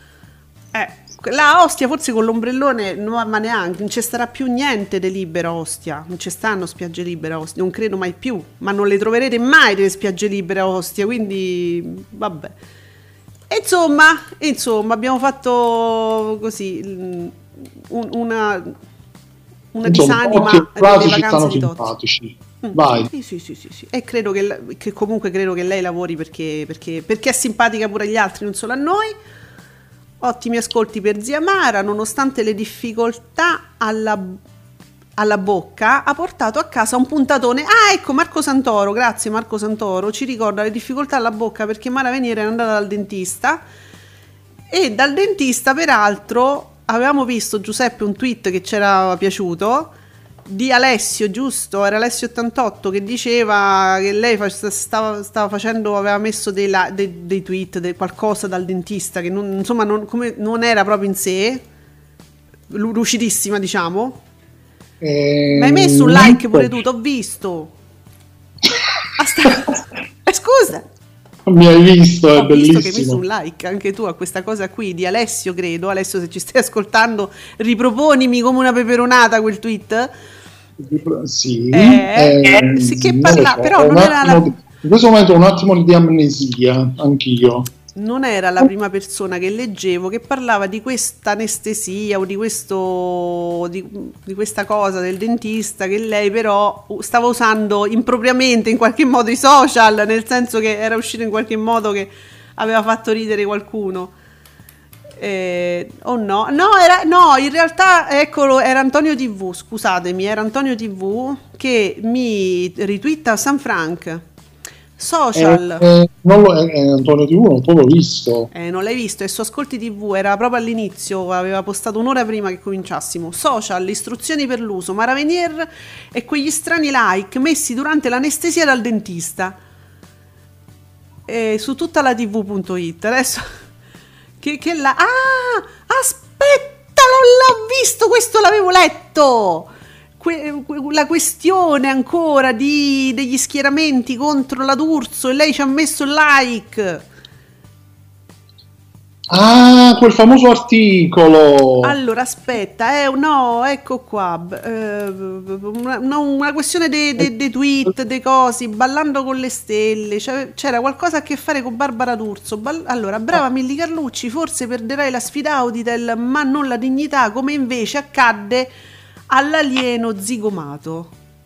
Eh, la Ostia forse con l'ombrellone, no, ma neanche, non ci starà più niente di libero a Ostia, non ci stanno spiagge libere a Ostia, non credo mai più, ma non le troverete mai delle spiagge libere a Ostia, quindi vabbè. E insomma, insomma, abbiamo fatto così un, una una insomma, disanima delle vacanze di Totti. Mm, Vai. Sì, sì, sì, sì, sì. E credo che, che comunque credo che lei lavori perché, perché, perché è simpatica pure agli altri, non solo a noi. Ottimi ascolti per zia Mara, nonostante le difficoltà alla, alla bocca, ha portato a casa un puntatone. Ah, ecco, Marco Santoro, grazie Marco Santoro, ci ricorda le difficoltà alla bocca perché Mara Veniera è andata dal dentista, e dal dentista peraltro avevamo visto, Giuseppe, un tweet che ci era piaciuto di Alessio, giusto? Era Alessio ottantotto che diceva che lei stava, stava facendo, aveva messo dei, dei, dei tweet, dei, qualcosa dal dentista che non, insomma non, come, non era proprio in sé, lucidissima, diciamo. Eh, ma hai messo un like pure tu, t'ho visto. Ah, sta... eh, scusa. Mi hai visto, è Ho bellissimo. visto che hai messo un like anche tu a questa cosa qui di Alessio, credo. Alessio, se ci stai ascoltando, riproponimi come una peperonata quel tweet. Sì, eh, eh, sì, che parla, so. Però non era la... in questo momento ho un attimo di amnesia, anch'io. Non era la prima persona che leggevo che parlava di questa anestesia o di questo di, di questa cosa del dentista, che lei però stava usando impropriamente in qualche modo i social, nel senso che era uscito in qualche modo che aveva fatto ridere qualcuno. Eh, o oh no, no, era, no, in realtà eccolo, era Antonio tivù, scusatemi, era Antonio tivù che mi ritwitta San Frank. Social. Eh, eh, non lo, eh, Antonio tivù non l'ho visto. Eh, non l'hai visto, e su Ascolti tivù era proprio all'inizio, aveva postato un'ora prima che cominciassimo. Social, istruzioni per l'uso, Mara Venier e quegli strani like messi durante l'anestesia dal dentista. Eh, su tutta la tivù punto it. Adesso che, che la... Ah, aspetta, l'ho visto, questo l'avevo letto. que- la questione ancora di, degli schieramenti contro la D'Urso e lei ci ha messo il like. Ah, quel famoso articolo. Allora, aspetta, eh, no, ecco qua. Eh, una, no, una questione dei de, de tweet, dei cosi, ballando con le stelle. Cioè, c'era qualcosa a che fare con Barbara D'Urso. Ball- allora, brava Milly Carlucci, forse perderai la sfida Auditel, ma non la dignità, come invece accadde all'alieno zigomato.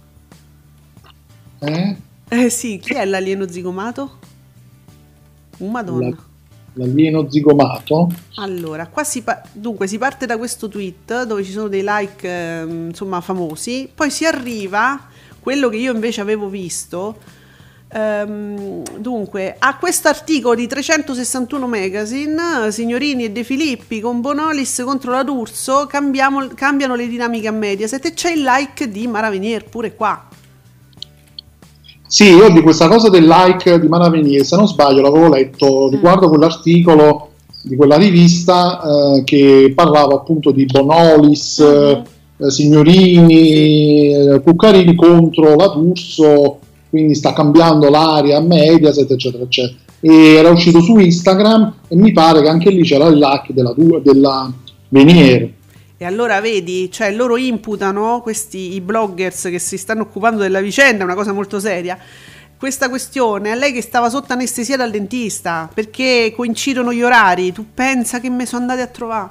Eh? Eh sì, chi è l'alieno zigomato? Uh, Madonna. La... L'alieno zigomato. Allora, qua si pa- dunque si parte da questo tweet dove ci sono dei like eh, insomma famosi, poi si arriva quello che io invece avevo visto ehm, dunque a questo articolo di trecentosessantuno Magazine, Signorini e De Filippi con Bonolis contro la D'Urso, cambiamo, cambiano le dinamiche a Mediaset, e c'è il like di Mara Venier pure qua. Sì, io di questa cosa del like di Mara Venier, se non sbaglio, l'avevo letto riguardo quell'articolo di quella rivista eh, che parlava appunto di Bonolis, mm-hmm. eh, Signorini, eh, Cuccarini contro la D'Urso, quindi sta cambiando l'aria a Mediaset, eccetera, eccetera. E era uscito su Instagram e mi pare che anche lì c'era il like della, della Venier. E allora vedi, cioè loro imputano, questi i bloggers che si stanno occupando della vicenda, è una cosa molto seria, questa questione a lei che stava sotto anestesia dal dentista perché coincidono gli orari. Tu pensa che mi sono andati a trovare?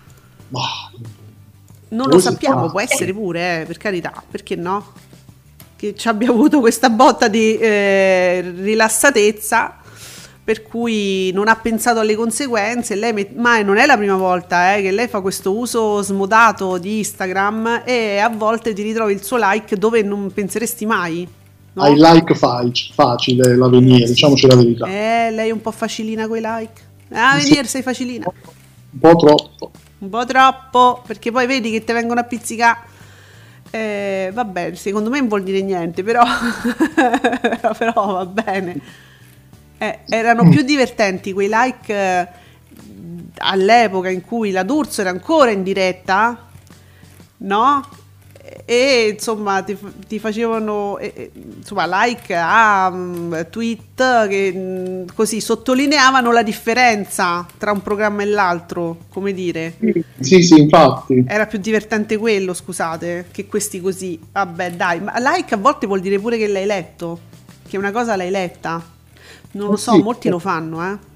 Non lo sappiamo, può essere pure, eh, per carità, perché no? Che ci abbia avuto questa botta di eh, rilassatezza, per cui non ha pensato alle conseguenze. Lei met- ma non è la prima volta eh, che lei fa questo uso smodato di Instagram, e a volte ti ritrovi il suo like dove non penseresti mai, no? Hai like fac- facile la Venier, eh, diciamoci la verità. Eh, lei è un po' facilina coi like. Ah, Venier, sei facilina. Un po' troppo. Un po' troppo, perché poi vedi che te vengono a pizzicare. Eh, vabbè, secondo me non vuol dire niente, però però va bene. Eh, erano più divertenti quei like eh, all'epoca in cui la D'Urso era ancora in diretta, no? E insomma ti, ti facevano eh, insomma like a um, tweet che mh, così sottolineavano la differenza tra un programma e l'altro, come dire. Sì, sì, infatti. Era più divertente quello, scusate, che questi così. Vabbè, dai, ma like a volte vuol dire pure che l'hai letto, che una cosa l'hai letta. Non lo so, sì, molti lo fanno, eh.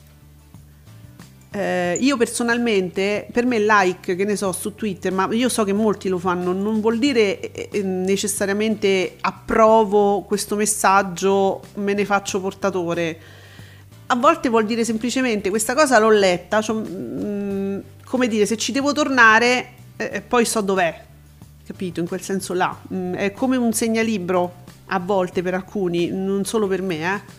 Eh, io personalmente, per me like, che ne so, su Twitter, ma io so che molti lo fanno, non vuol dire eh, necessariamente approvo questo messaggio, me ne faccio portatore. A volte vuol dire semplicemente questa cosa l'ho letta, cioè, mh, come dire, se ci devo tornare eh, poi so dov'è, capito? In quel senso là, mh, è come un segnalibro a volte per alcuni, non solo per me, eh.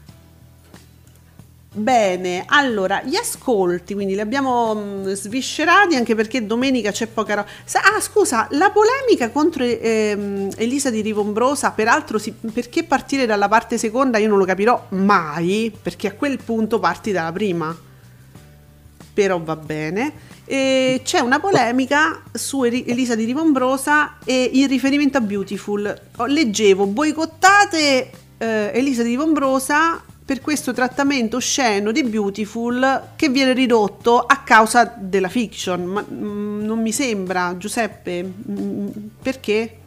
Bene, allora gli ascolti quindi li abbiamo mh, sviscerati, anche perché domenica c'è poca roba. Ah, scusa, la polemica contro ehm, Elisa di Rivombrosa, peraltro si, perché partire dalla parte seconda io non lo capirò mai, perché a quel punto parti dalla prima, però va bene. E c'è una polemica su Elisa di Rivombrosa e in riferimento a Beautiful. Leggevo, boicottate eh, Elisa di Rivombrosa per questo trattamento osceno di Beautiful che viene ridotto a causa della fiction. Ma mh, non mi sembra, Giuseppe, mh, perché?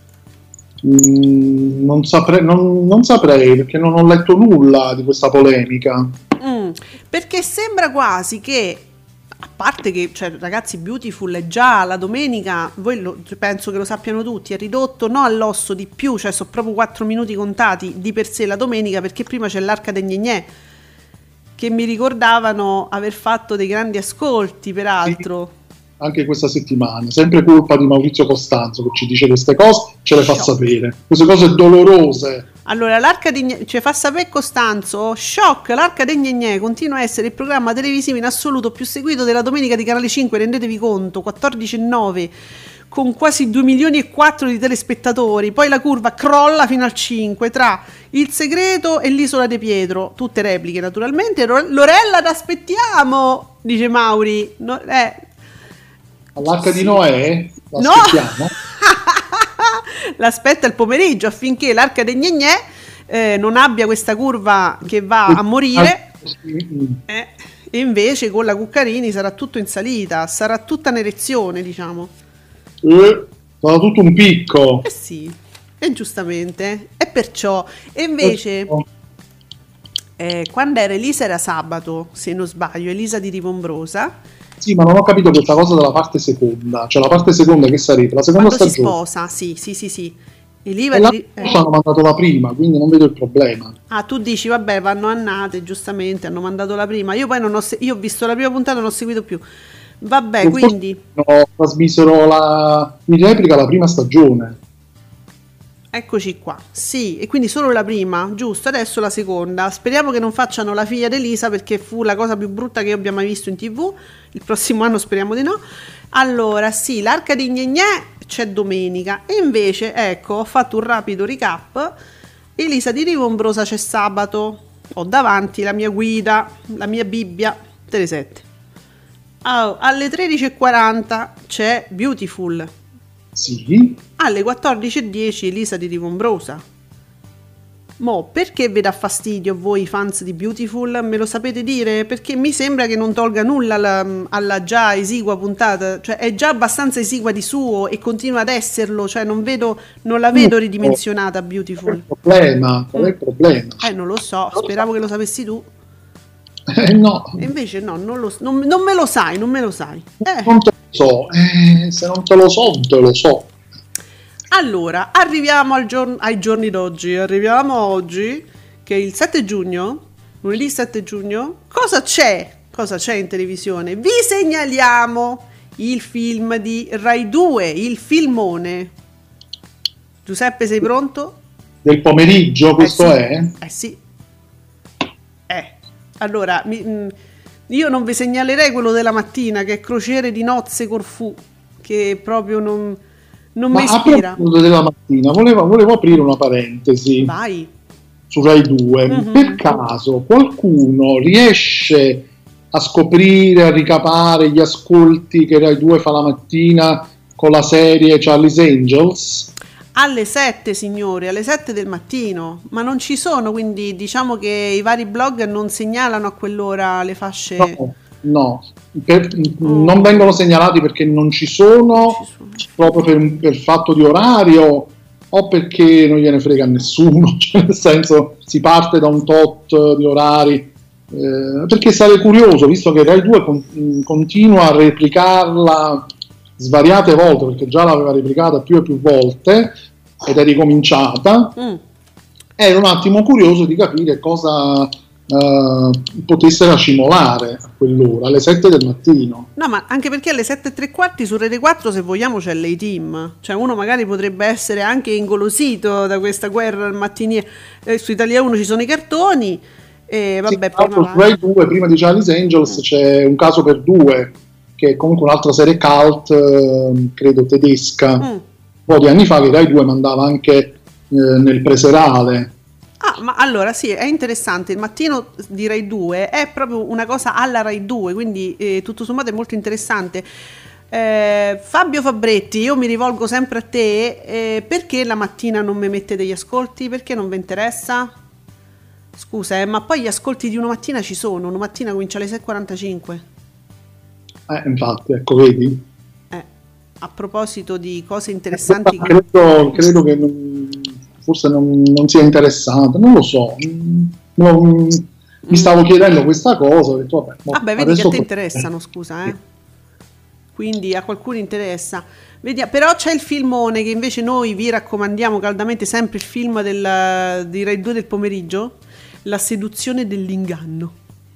Mm, non, saprei, non, non saprei, perché non ho letto nulla di questa polemica. Mm, perché sembra quasi che, a parte che, cioè, ragazzi, Beautiful è già la domenica, voi lo, penso che lo sappiano tutti, è ridotto no all'osso di più, cioè sono proprio quattro minuti contati di per sé la domenica, perché prima c'è l'Arca dei Gnegnè, che mi ricordavano aver fatto dei grandi ascolti, peraltro. Sì, anche questa settimana, sempre colpa di Maurizio Costanzo che ci dice queste cose, ce le fa shock. Sapere, queste cose dolorose. Allora, l'Arca di Gnegnè, ci fa sapere Costanzo, shock, l'Arca dei Gnegnè continua a essere il programma televisivo in assoluto più seguito della domenica di Canale cinque, rendetevi conto, quattordici e nove, con quasi due milioni e quattro di telespettatori, poi la curva crolla fino al cinque, tra Il Segreto e l'Isola di Pietro, tutte repliche naturalmente. Lorella, t'aspettiamo, dice Mauri. No, eh. All'Arca sì. di Noè? No! l'aspetta il pomeriggio affinché l'arca dei Gnè eh, non abbia questa curva che va a morire, eh, e invece con la Cuccarini sarà tutto in salita, sarà tutta un'erezione, diciamo. Eh, sarà tutto un picco. Eh sì, e giustamente, e perciò, e invece... Eh, quando era Elisa era sabato, se non sbaglio, Elisa di Rivombrosa. Sì, ma non ho capito questa cosa della parte seconda, cioè la parte seconda che sarebbe la seconda quando stagione. Si sposa, sì, sì, sì, sì. Eliva e la di... eh. hanno mandato la prima, quindi non vedo il problema. Ah, tu dici, vabbè, vanno annate, giustamente, hanno mandato la prima. Io poi non ho, se... io ho visto la prima puntata, non ho seguito più. Vabbè, non quindi... No, trasmisero la... in replica la prima stagione. Eccoci qua, sì, e quindi solo la prima, giusto, adesso la seconda. Speriamo che non facciano la figlia di Elisa, perché fu la cosa più brutta che io abbia mai visto in tv. Il prossimo anno speriamo di no. Allora, sì, l'arca di Gnè c'è domenica, e invece, ecco, ho fatto un rapido recap. Elisa di Rivombrosa c'è sabato, ho davanti la mia guida, la mia Bibbia, Telesette. Oh, alle tredici e quaranta c'è Beautiful. Sì. Alle quattordici e dieci Elisa di Rivombrosa. Mo, perché vi dà fastidio voi fans di Beautiful? Me lo sapete dire? Perché mi sembra che non tolga nulla alla, alla già esigua puntata, cioè è già abbastanza esigua di suo e continua ad esserlo, cioè non vedo, non la vedo ridimensionata Beautiful. Qual è il problema? Qual è il problema? Eh, non lo so, speravo che lo sapessi tu. Eh, no. E invece no, non, lo, non, non me lo sai, non me lo sai. Eh. Non te lo so, eh, se non te lo so, non te lo so. Allora, arriviamo al giorno, ai giorni d'oggi, arriviamo oggi, che è il sette giugno, lunedì sette giugno. Cosa c'è? Cosa c'è in televisione? Vi segnaliamo il film di Rai due, il filmone. Giuseppe, sei pronto? Del pomeriggio, questo eh sì. è? Eh sì. Eh, allora, mi, mh, io non vi segnalerei quello della mattina, che è Crociere di nozze Corfù, che proprio non... non mi ispira. A proposito della mattina, volevo, volevo aprire una parentesi. Vai. Su Rai due. Mm-hmm. Per caso qualcuno riesce a scoprire, a ricapare gli ascolti che Rai due fa la mattina con la serie Charlie's Angels? Alle sette, signore, alle sette del mattino, ma non ci sono, quindi diciamo che i vari blog non segnalano a quell'ora le fasce. No. No, per, mm. non vengono segnalati perché non ci sono, non ci sono. Proprio per, per fatto di orario o perché non gliene frega a nessuno, cioè nel senso si parte da un tot di orari, eh, perché sarei curioso, visto che Rai due con, continua a replicarla svariate volte, perché già l'aveva replicata più e più volte ed è ricominciata, mm. ero un attimo curioso di capire cosa Uh, potesse racimolare a quell'ora, alle sette del mattino. No, ma anche perché alle sette e tre quarti su Rete quattro, se vogliamo, c'è l'A-Team, cioè uno magari potrebbe essere anche ingolosito da questa guerra al mattiniere. Eh, su Italia uno ci sono i cartoni e vabbè, sì, su Rai due prima di Charlie's Angels mm. c'è Un caso per due, che è comunque un'altra serie cult, eh, credo tedesca, mm. un po' di anni fa, che Rai due mandava anche eh, nel preserale. Ah, ma allora sì, è interessante, il mattino di Rai due è proprio una cosa alla Rai due, quindi eh, tutto sommato è molto interessante. Eh, Fabio Fabretti, io mi rivolgo sempre a te, eh, perché la mattina non mi mettete gli ascolti? Perché non vi interessa? Scusa, eh, ma poi gli ascolti di una mattina ci sono, una mattina comincia alle sei e quarantacinque. Eh, infatti, ecco, vedi? Eh, a proposito di cose interessanti... Eh, credo, credo che... Non... forse non, non sia interessante, non lo so, non, mi stavo chiedendo questa cosa, ho detto, vabbè, boh, vabbè, vedi che a te interessano, scusa, eh? Quindi a qualcuno interessa. Vedi, però c'è il filmone che invece noi vi raccomandiamo caldamente, sempre il film del, di Rai due del pomeriggio, La seduzione dell'inganno.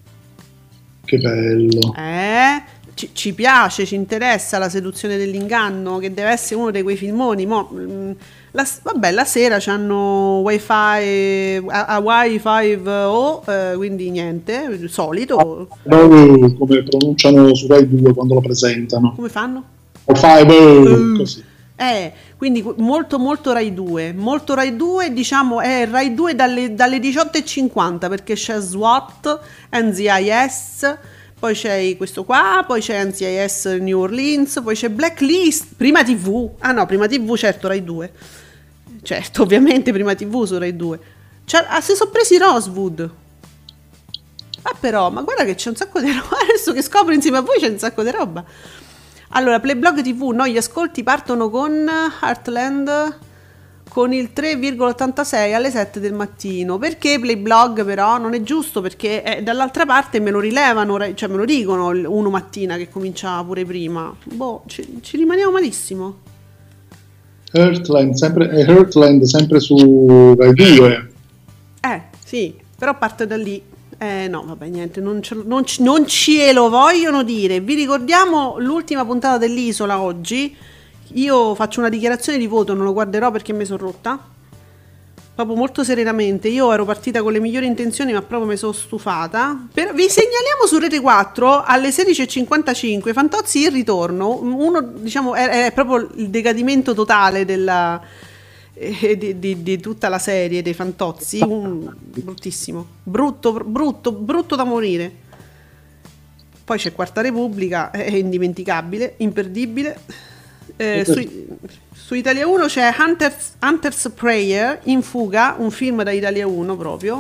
Che bello. Eh? Ci, ci piace, ci interessa La seduzione dell'inganno, che deve essere uno di quei filmoni, mo... La, vabbè, la sera c'hanno wifi a, a wifi o eh, quindi niente, solito. Ah, come pronunciano su Rai due quando lo presentano. Come fanno? Wifi, uh, così. Eh, quindi molto molto Rai due, molto Rai due, diciamo è Rai due dalle, dalle diciotto e cinquanta, perché c'è SWAT, N Z I S, poi c'è questo qua, poi c'è N Z I S New Orleans, poi c'è Blacklist, Prima tivù, ah no, Prima tivù certo Rai due. certo, ovviamente prima tivù su Rai due. Cioè, ah, si sono presi Rosewood. Ah però, ma guarda che c'è un sacco di roba, adesso che scopro insieme a voi c'è un sacco di roba. Allora, Playblog tivù, no, gli ascolti partono con Heartland con il tre virgola ottantasei alle sette del mattino. Perché Playblog però non è giusto, perché è, dall'altra parte me lo rilevano, cioè me lo dicono uno mattina che cominciava pure prima. Boh, ci, ci rimaniamo malissimo. Heartland sempre, è Heartland sempre su Rai due. Eh, sì, però parte da lì. Eh no, vabbè, niente, non, ce, non, non ce lo vogliono dire. Vi ricordiamo l'ultima puntata dell'Isola oggi. Io faccio una dichiarazione di voto, non lo guarderò perché mi sono rotta. Proprio molto serenamente. Io ero partita con le migliori intenzioni, ma proprio mi sono stufata. Per, vi segnaliamo su Rete quattro alle sedici e cinquantacinque Fantozzi il ritorno. Uno, diciamo, è, è proprio il decadimento totale della, eh, di, di, di tutta la serie dei Fantozzi. Un, bruttissimo, brutto, brutto, brutto da morire. Poi c'è Quarta Repubblica, è indimenticabile, imperdibile. Eh, su, su Italia uno c'è Hunter's, Hunter's Prayer in fuga, un film da Italia uno proprio,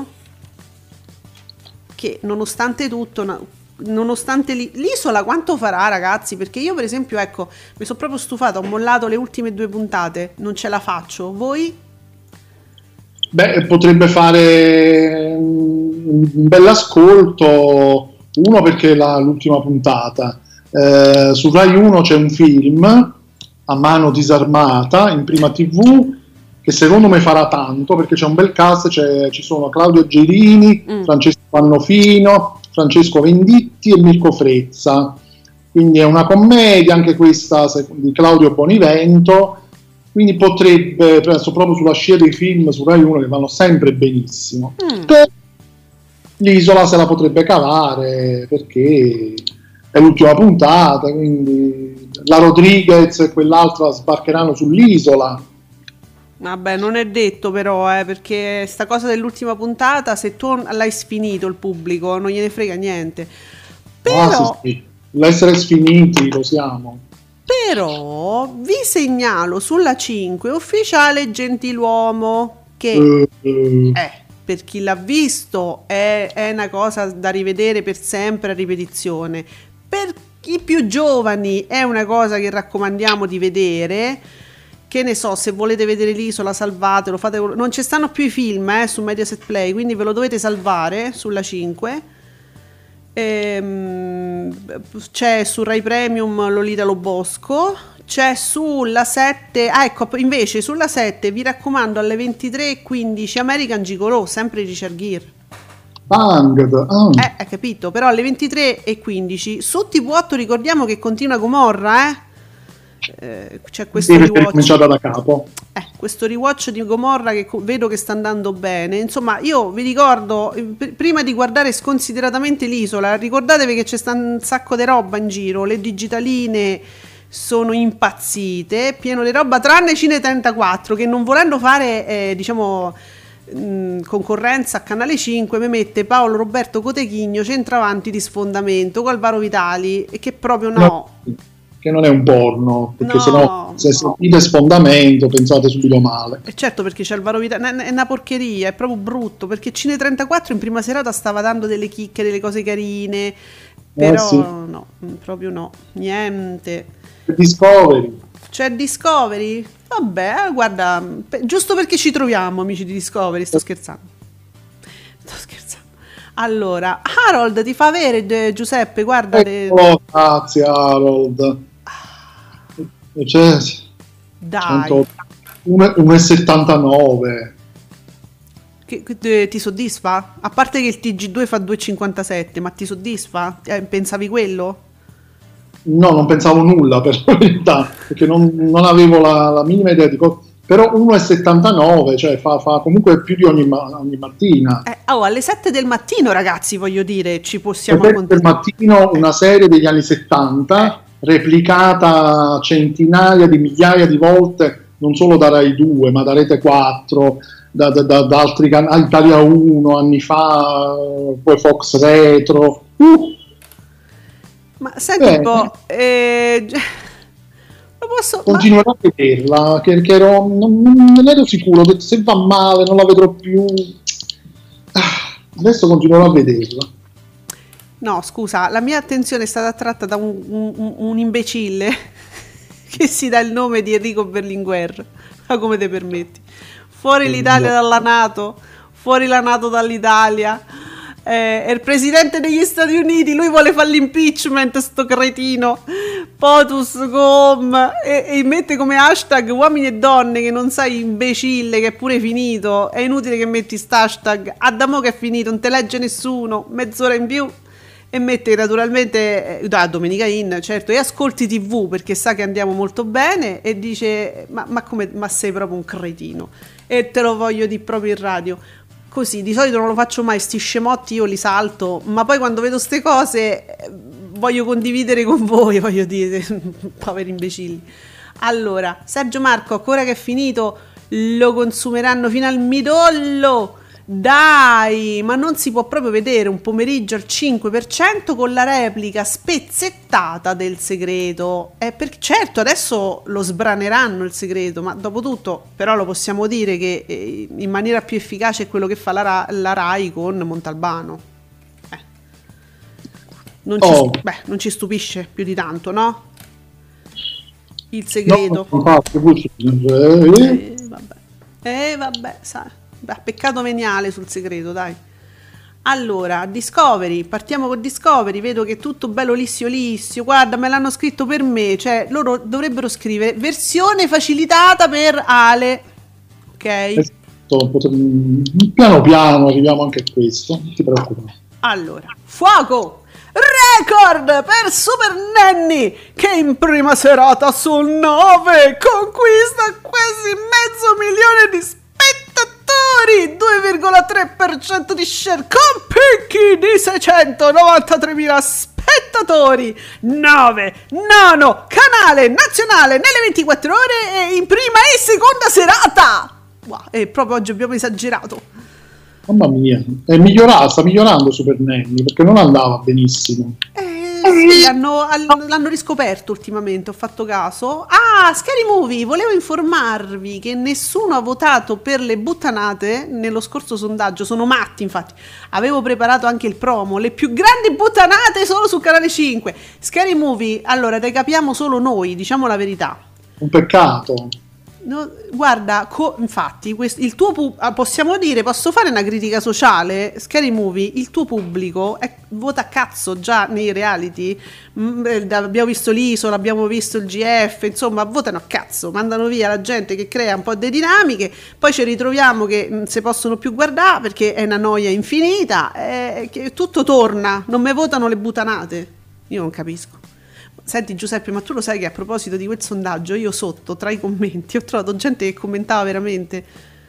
che nonostante tutto, nonostante l'isola quanto farà, ragazzi, perché io per esempio, ecco, mi sono proprio stufata, ho mollato le ultime due puntate, non ce la faccio. Voi? Beh, potrebbe fare un bell'ascolto, uno perché la, l'ultima puntata, eh, su Rai uno c'è un film A mano disarmata in prima tivù che secondo me farà tanto, perché c'è un bel cast, c'è, ci sono Claudio Gerini, mm. Francesco Pannofino, Francesco Venditti e Mirko Frezza, quindi è una commedia anche questa di Claudio Bonivento, quindi potrebbe, penso proprio sulla scia dei film su Rai uno che vanno sempre benissimo. Mm. L'Isola se la potrebbe cavare perché è l'ultima puntata, quindi la Rodriguez e quell'altra sbarcheranno sull'isola. Vabbè, non è detto però, eh, perché sta cosa dell'ultima puntata, se tu l'hai sfinito il pubblico, non gliene frega niente. Però, ah, sì, sì. L'essere sfiniti lo siamo. Però vi segnalo sulla cinque ufficiale Gentiluomo, che uh, uh. Eh, per chi l'ha visto è, è una cosa da rivedere per sempre a ripetizione. Per i più giovani è una cosa che raccomandiamo di vedere, che ne so, se volete vedere l'Isola salvatelo, fate, non ci stanno più i film eh, su Mediaset Play, quindi ve lo dovete salvare sulla cinque. Ehm, c'è su Rai Premium Lolita Lobosco, c'è sulla sette, ah ecco, invece sulla sette vi raccomando alle ventitré e quindici American Gigolo, sempre Richard Gere. Bang, oh. Eh, hai capito? Però alle ventitré e quindici su T V otto ricordiamo che continua Gomorra, eh? Eh, c'è questo sì, rewatch. È cominciata da capo. Eh, questo rewatch di Gomorra che co- vedo che sta andando bene. Insomma, io vi ricordo, p- prima di guardare sconsideratamente l'Isola, ricordatevi che c'è sta un sacco di roba in giro, le digitaline sono impazzite, pieno di roba, tranne Cine trentaquattro che non volendo fare, eh, diciamo... concorrenza a Canale cinque mi mette Paolo Roberto Cotechigno centravanti di sfondamento con Alvaro Vitali, e che proprio no, no che non è un porno, perché no, sennò se no. sentite sfondamento pensate subito male. E certo, perché c'è Alvaro Vitali, è una porcheria, è proprio brutto, perché Cine trentaquattro in prima serata stava dando delle chicche, delle cose carine, però eh sì. no, proprio no, niente. Discovery. C'è Discovery? Vabbè, guarda, pe- giusto perché ci troviamo, amici di Discovery, sto scherzando. Sto scherzando. Allora, Harold ti fa avere, de- Giuseppe, guarda. Eccolo, grazie Harold. Cioè, Dai. uno virgola settantanove. Che, che, ti soddisfa? A parte che il T G due fa due virgola cinquantasette, ma ti soddisfa? Eh, pensavi quello? No, non pensavo nulla per la verità, perché non, non avevo la, la minima idea di cosa. Però uno virgola settantanove, cioè fa, fa comunque più di ogni, ogni mattina. Eh, oh, alle sette del mattino, ragazzi, voglio dire, ci possiamo accontentare. Del mattino una serie degli anni settanta, eh. replicata centinaia di migliaia di volte, non solo da Rai due, ma da Rete quattro, da, da, da, da altri canali, Italia uno anni fa, poi Fox Retro. Uh. Ma senti un po', eh, lo posso, continuerò ma... a vederla, perché ero, non, non ero sicuro, se va male non la vedrò più. Adesso continuerò a vederla. No, scusa, la mia attenzione è stata attratta da un, un, un imbecille che si dà il nome di Enrico Berlinguer. Ma come te permetti? Fuori l'Italia dalla NATO, fuori la NATO dall'Italia. Eh, è il presidente degli Stati Uniti, lui vuole fare l'impeachment, sto cretino. POTUS com e, e mette come hashtag uomini e donne, che non sai, imbecille, che è pure finito. È inutile che metti sta hashtag, Adamo che è finito, non te legge nessuno, mezz'ora in più. E mette naturalmente eh, da Domenica In, certo, e ascolti tivù perché sa che andiamo molto bene, e dice ma, ma come, ma sei proprio un cretino, e te lo voglio dire proprio in radio. Così, di solito non lo faccio mai, sti scemotti io li salto, ma poi quando vedo ste cose eh, voglio condividere con voi, voglio dire, poveri imbecilli. Allora, Sergio Marco, ancora che è finito, lo consumeranno fino al midollo. Dai, ma non si può proprio vedere un pomeriggio al cinque per cento con la replica spezzettata del segreto? Eh, per, certo, adesso lo sbraneranno il segreto, ma dopo tutto però lo possiamo dire che eh, in maniera più efficace è quello che fa la, Ra- la Rai con Montalbano. Eh. Non, oh. ci, beh, non ci stupisce più di tanto, no? Il segreto. No, infatti, eh, vabbè, eh, vabbè, sai. Beh, peccato veniale sul segreto, dai. Allora, Discovery, partiamo con Discovery, vedo che è tutto bello lissio lissio, guarda, me l'hanno scritto per me, cioè loro dovrebbero scrivere versione facilitata per Ale, ok? Piano piano arriviamo anche a questo, non ti preoccupare. Allora, fuoco! Record per Super Nanny, che in prima serata su nove conquista quasi mezzo milione di spettatori, due virgola tre per cento di share, con picchi di seicentonovantatremila spettatori. Nove, nono canale nazionale nelle ventiquattro ore e in prima e seconda serata. Wow, e proprio oggi abbiamo esagerato. Mamma mia, è migliorato, sta migliorando Super Nanny, perché non andava benissimo. Eh, sì, hanno, l'hanno riscoperto ultimamente, ho fatto caso. Ah, Scary Movie, volevo informarvi che nessuno ha votato per le buttanate nello scorso sondaggio, sono matti infatti. Avevo preparato anche il promo, le più grandi buttanate solo su Canale cinque. Scary Movie, allora, te capiamo solo noi, diciamo la verità. Un peccato. No, guarda, co- infatti quest- il tuo pub- possiamo dire, posso fare una critica sociale? Scary Movie, il tuo pubblico è, vota a cazzo già nei reality. Mm, abbiamo visto l'Isola, abbiamo visto il G F, insomma votano a cazzo, mandano via la gente che crea un po' di dinamiche, poi ci ritroviamo che non si possono più guardare perché è una noia infinita, eh, che tutto torna, non mi votano le buttanate, io non capisco. Senti Giuseppe, ma tu lo sai che a proposito di quel sondaggio io sotto tra i commenti ho trovato gente che commentava veramente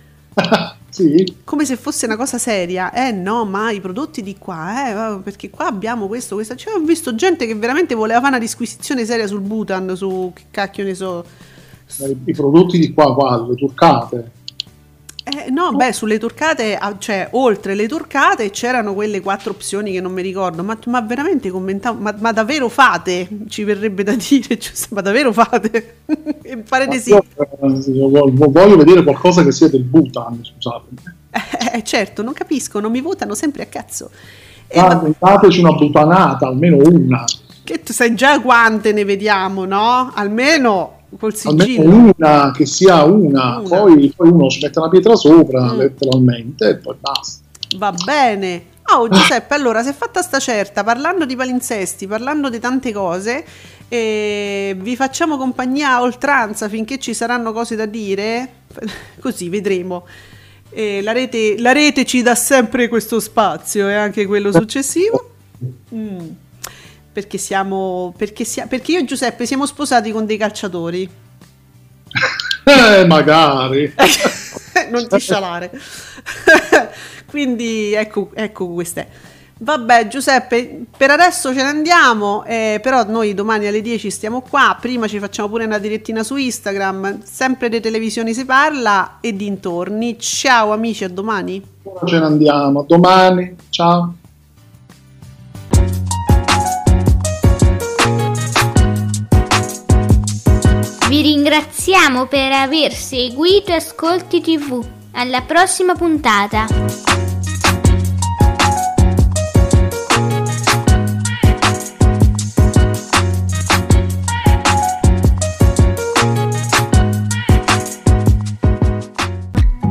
sì, come se fosse una cosa seria. Eh no, ma i prodotti di qua, eh, perché qua abbiamo questo, questo. Cioè, ho visto gente che veramente voleva fare una disquisizione seria sul Bhutan, su che cacchio ne so. I, i prodotti di qua, qua, le turcate. Eh, no, beh, sulle turcate, cioè oltre le turcate c'erano quelle quattro opzioni che non mi ricordo, ma, ma veramente commentavo, ma, ma davvero fate? Ci verrebbe da dire, cioè, ma davvero fate? Parete sì. Io, voglio vedere qualcosa che sia del Bhutan, scusate. Eh, certo, non capisco, non mi votano sempre a cazzo. E ah, va- dateci una buttanata, almeno una. Che tu sai già quante ne vediamo, no? Almeno col sigillo. Almeno una, che sia una, una. Poi, poi uno ci mette una pietra sopra, mm. letteralmente, e poi basta. Va bene. Oh Giuseppe, allora, si è fatta sta certa, parlando di palinsesti, parlando di tante cose, e vi facciamo compagnia a oltranza finché ci saranno cose da dire, così vedremo. E la rete, la rete ci dà sempre questo spazio e anche quello successivo. Mm. Perché siamo perché, sia, perché io e Giuseppe siamo sposati con dei calciatori. Eh, magari. Non ti scialare. Quindi ecco, ecco queste. Vabbè Giuseppe, per adesso ce ne andiamo, eh, però noi domani alle dieci stiamo qua, prima ci facciamo pure una direttina su Instagram, sempre di televisioni si parla e dintorni. Ciao amici, a domani. Ora ce ne andiamo, a domani, ciao. Vi ringraziamo per aver seguito Ascolti tivù. Alla prossima puntata.